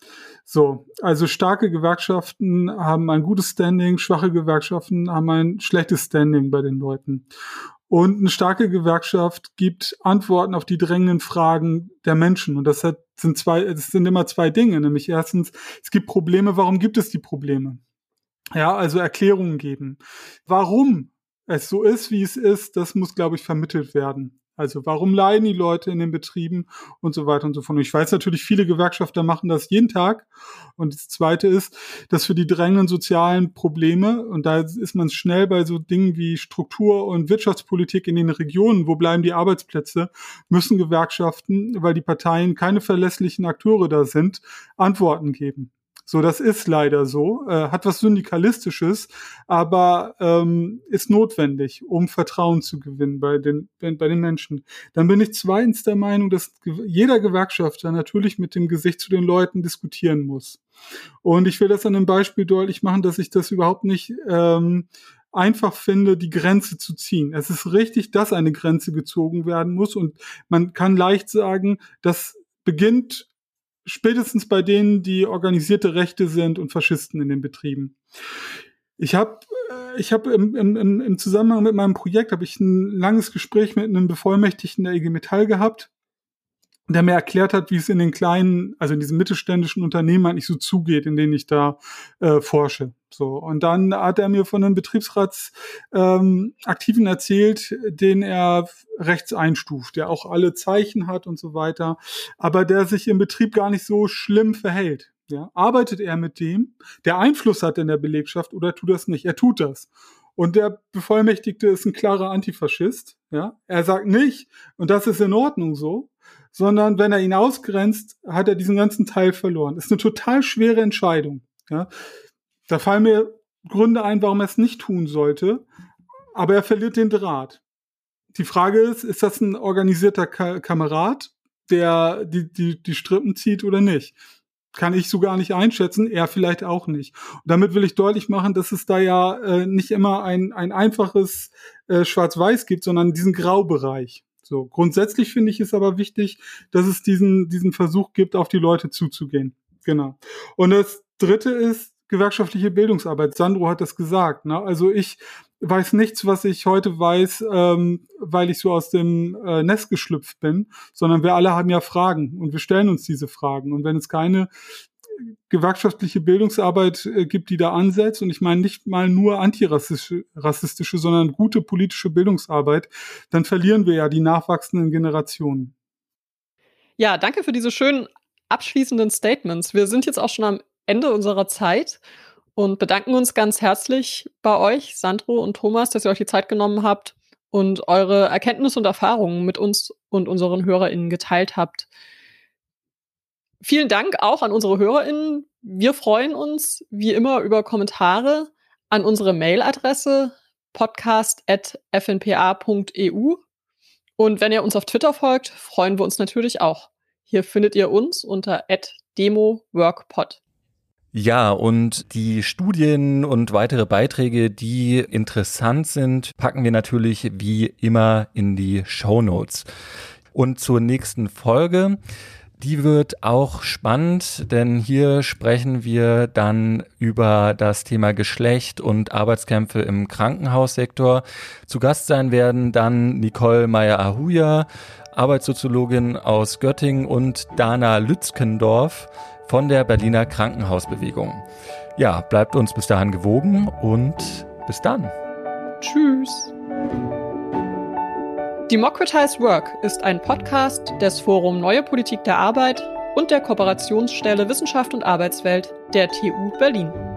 So, also starke Gewerkschaften haben ein gutes Standing, schwache Gewerkschaften haben ein schlechtes Standing bei den Leuten. Und eine starke Gewerkschaft gibt Antworten auf die drängenden Fragen der Menschen. Und das hat, sind zwei, das sind immer zwei Dinge. Nämlich erstens, es gibt Probleme. Warum gibt es die Probleme? Ja, also Erklärungen geben. Warum es so ist, wie es ist, das muss, glaube ich, vermittelt werden. Also warum leiden die Leute in den Betrieben und so weiter und so fort. Und ich weiß natürlich, viele Gewerkschafter machen das jeden Tag. Und das Zweite ist, dass für die drängenden sozialen Probleme, und da ist man schnell bei so Dingen wie Struktur- und Wirtschaftspolitik in den Regionen, wo bleiben die Arbeitsplätze, müssen Gewerkschaften, weil die Parteien keine verlässlichen Akteure da sind, Antworten geben. So, das ist leider so, äh, hat was Syndikalistisches, aber ähm, ist notwendig, um Vertrauen zu gewinnen bei den bei den Menschen. Dann bin ich zweitens der Meinung, dass jeder Gewerkschafter natürlich mit dem Gesicht zu den Leuten diskutieren muss. Und ich will das an einem Beispiel deutlich machen, dass ich das überhaupt nicht ähm, einfach finde, die Grenze zu ziehen. Es ist richtig, dass eine Grenze gezogen werden muss und man kann leicht sagen, das beginnt spätestens bei denen, die organisierte Rechte sind und Faschisten in den Betrieben. Ich habe ich hab im, im, im Zusammenhang mit meinem Projekt habe ich ein langes Gespräch mit einem Bevollmächtigten der I G Metall gehabt, der mir erklärt hat, wie es in den kleinen, also in diesen mittelständischen Unternehmen eigentlich so zugeht, in denen ich da äh, forsche. So, und dann hat er mir von einem Betriebsratsaktiven ähm, erzählt, den er rechts einstuft, der auch alle Zeichen hat und so weiter, aber der sich im Betrieb gar nicht so schlimm verhält. Ja, arbeitet er mit dem, der Einfluss hat in der Belegschaft, oder tut das nicht? Er tut das. Und der Bevollmächtigte ist ein klarer Antifaschist. Ja, er sagt nicht, und das ist in Ordnung so, sondern wenn er ihn ausgrenzt, hat er diesen ganzen Teil verloren. Das ist eine total schwere Entscheidung. Ja, da fallen mir Gründe ein, warum er es nicht tun sollte, aber er verliert den Draht. Die Frage ist, ist das ein organisierter Ka- Kamerad, der die, die, die Strippen zieht oder nicht? Kann ich so gar nicht einschätzen, er vielleicht auch nicht. Und damit will ich deutlich machen, dass es da ja äh, nicht immer ein, ein einfaches äh, Schwarz-Weiß gibt, sondern diesen Graubereich. So, grundsätzlich finde ich es aber wichtig, dass es diesen, diesen Versuch gibt, auf die Leute zuzugehen. Genau. Und das Dritte ist gewerkschaftliche Bildungsarbeit. Sandro hat das gesagt. Ne? Also ich weiß nichts, was ich heute weiß, ähm, weil ich so aus dem äh, Nest geschlüpft bin, sondern wir alle haben ja Fragen und wir stellen uns diese Fragen. Und wenn es keine gewerkschaftliche Bildungsarbeit äh, gibt, die da ansetzt, und ich meine nicht mal nur antirassistische, rassistische, sondern gute politische Bildungsarbeit, dann verlieren wir ja die nachwachsenden Generationen. Ja, danke für diese schönen abschließenden Statements. Wir sind jetzt auch schon am Ende unserer Zeit und bedanken uns ganz herzlich bei euch, Sandro und Thomas, dass ihr euch die Zeit genommen habt und eure Erkenntnisse und Erfahrungen mit uns und unseren HörerInnen geteilt habt. Vielen Dank auch an unsere HörerInnen. Wir freuen uns wie immer über Kommentare an unsere Mailadresse podcast at f n p a punkt e u. Und wenn ihr uns auf Twitter folgt, freuen wir uns natürlich auch. Hier findet ihr uns unter at demoworkpod. Ja, und die Studien und weitere Beiträge, die interessant sind, packen wir natürlich wie immer in die Shownotes. Und zur nächsten Folge, die wird auch spannend, denn hier sprechen wir dann über das Thema Geschlecht und Arbeitskämpfe im Krankenhaussektor. Zu Gast sein werden dann Nicole Meyer-Ahuja, Arbeitssoziologin aus Göttingen, und Dana Lützkendorf von der Berliner Krankenhausbewegung. Ja, bleibt uns bis dahin gewogen und bis dann. Tschüss. Democratize Work ist ein Podcast des Forum Neue Politik der Arbeit und der Kooperationsstelle Wissenschaft und Arbeitswelt der T U Berlin.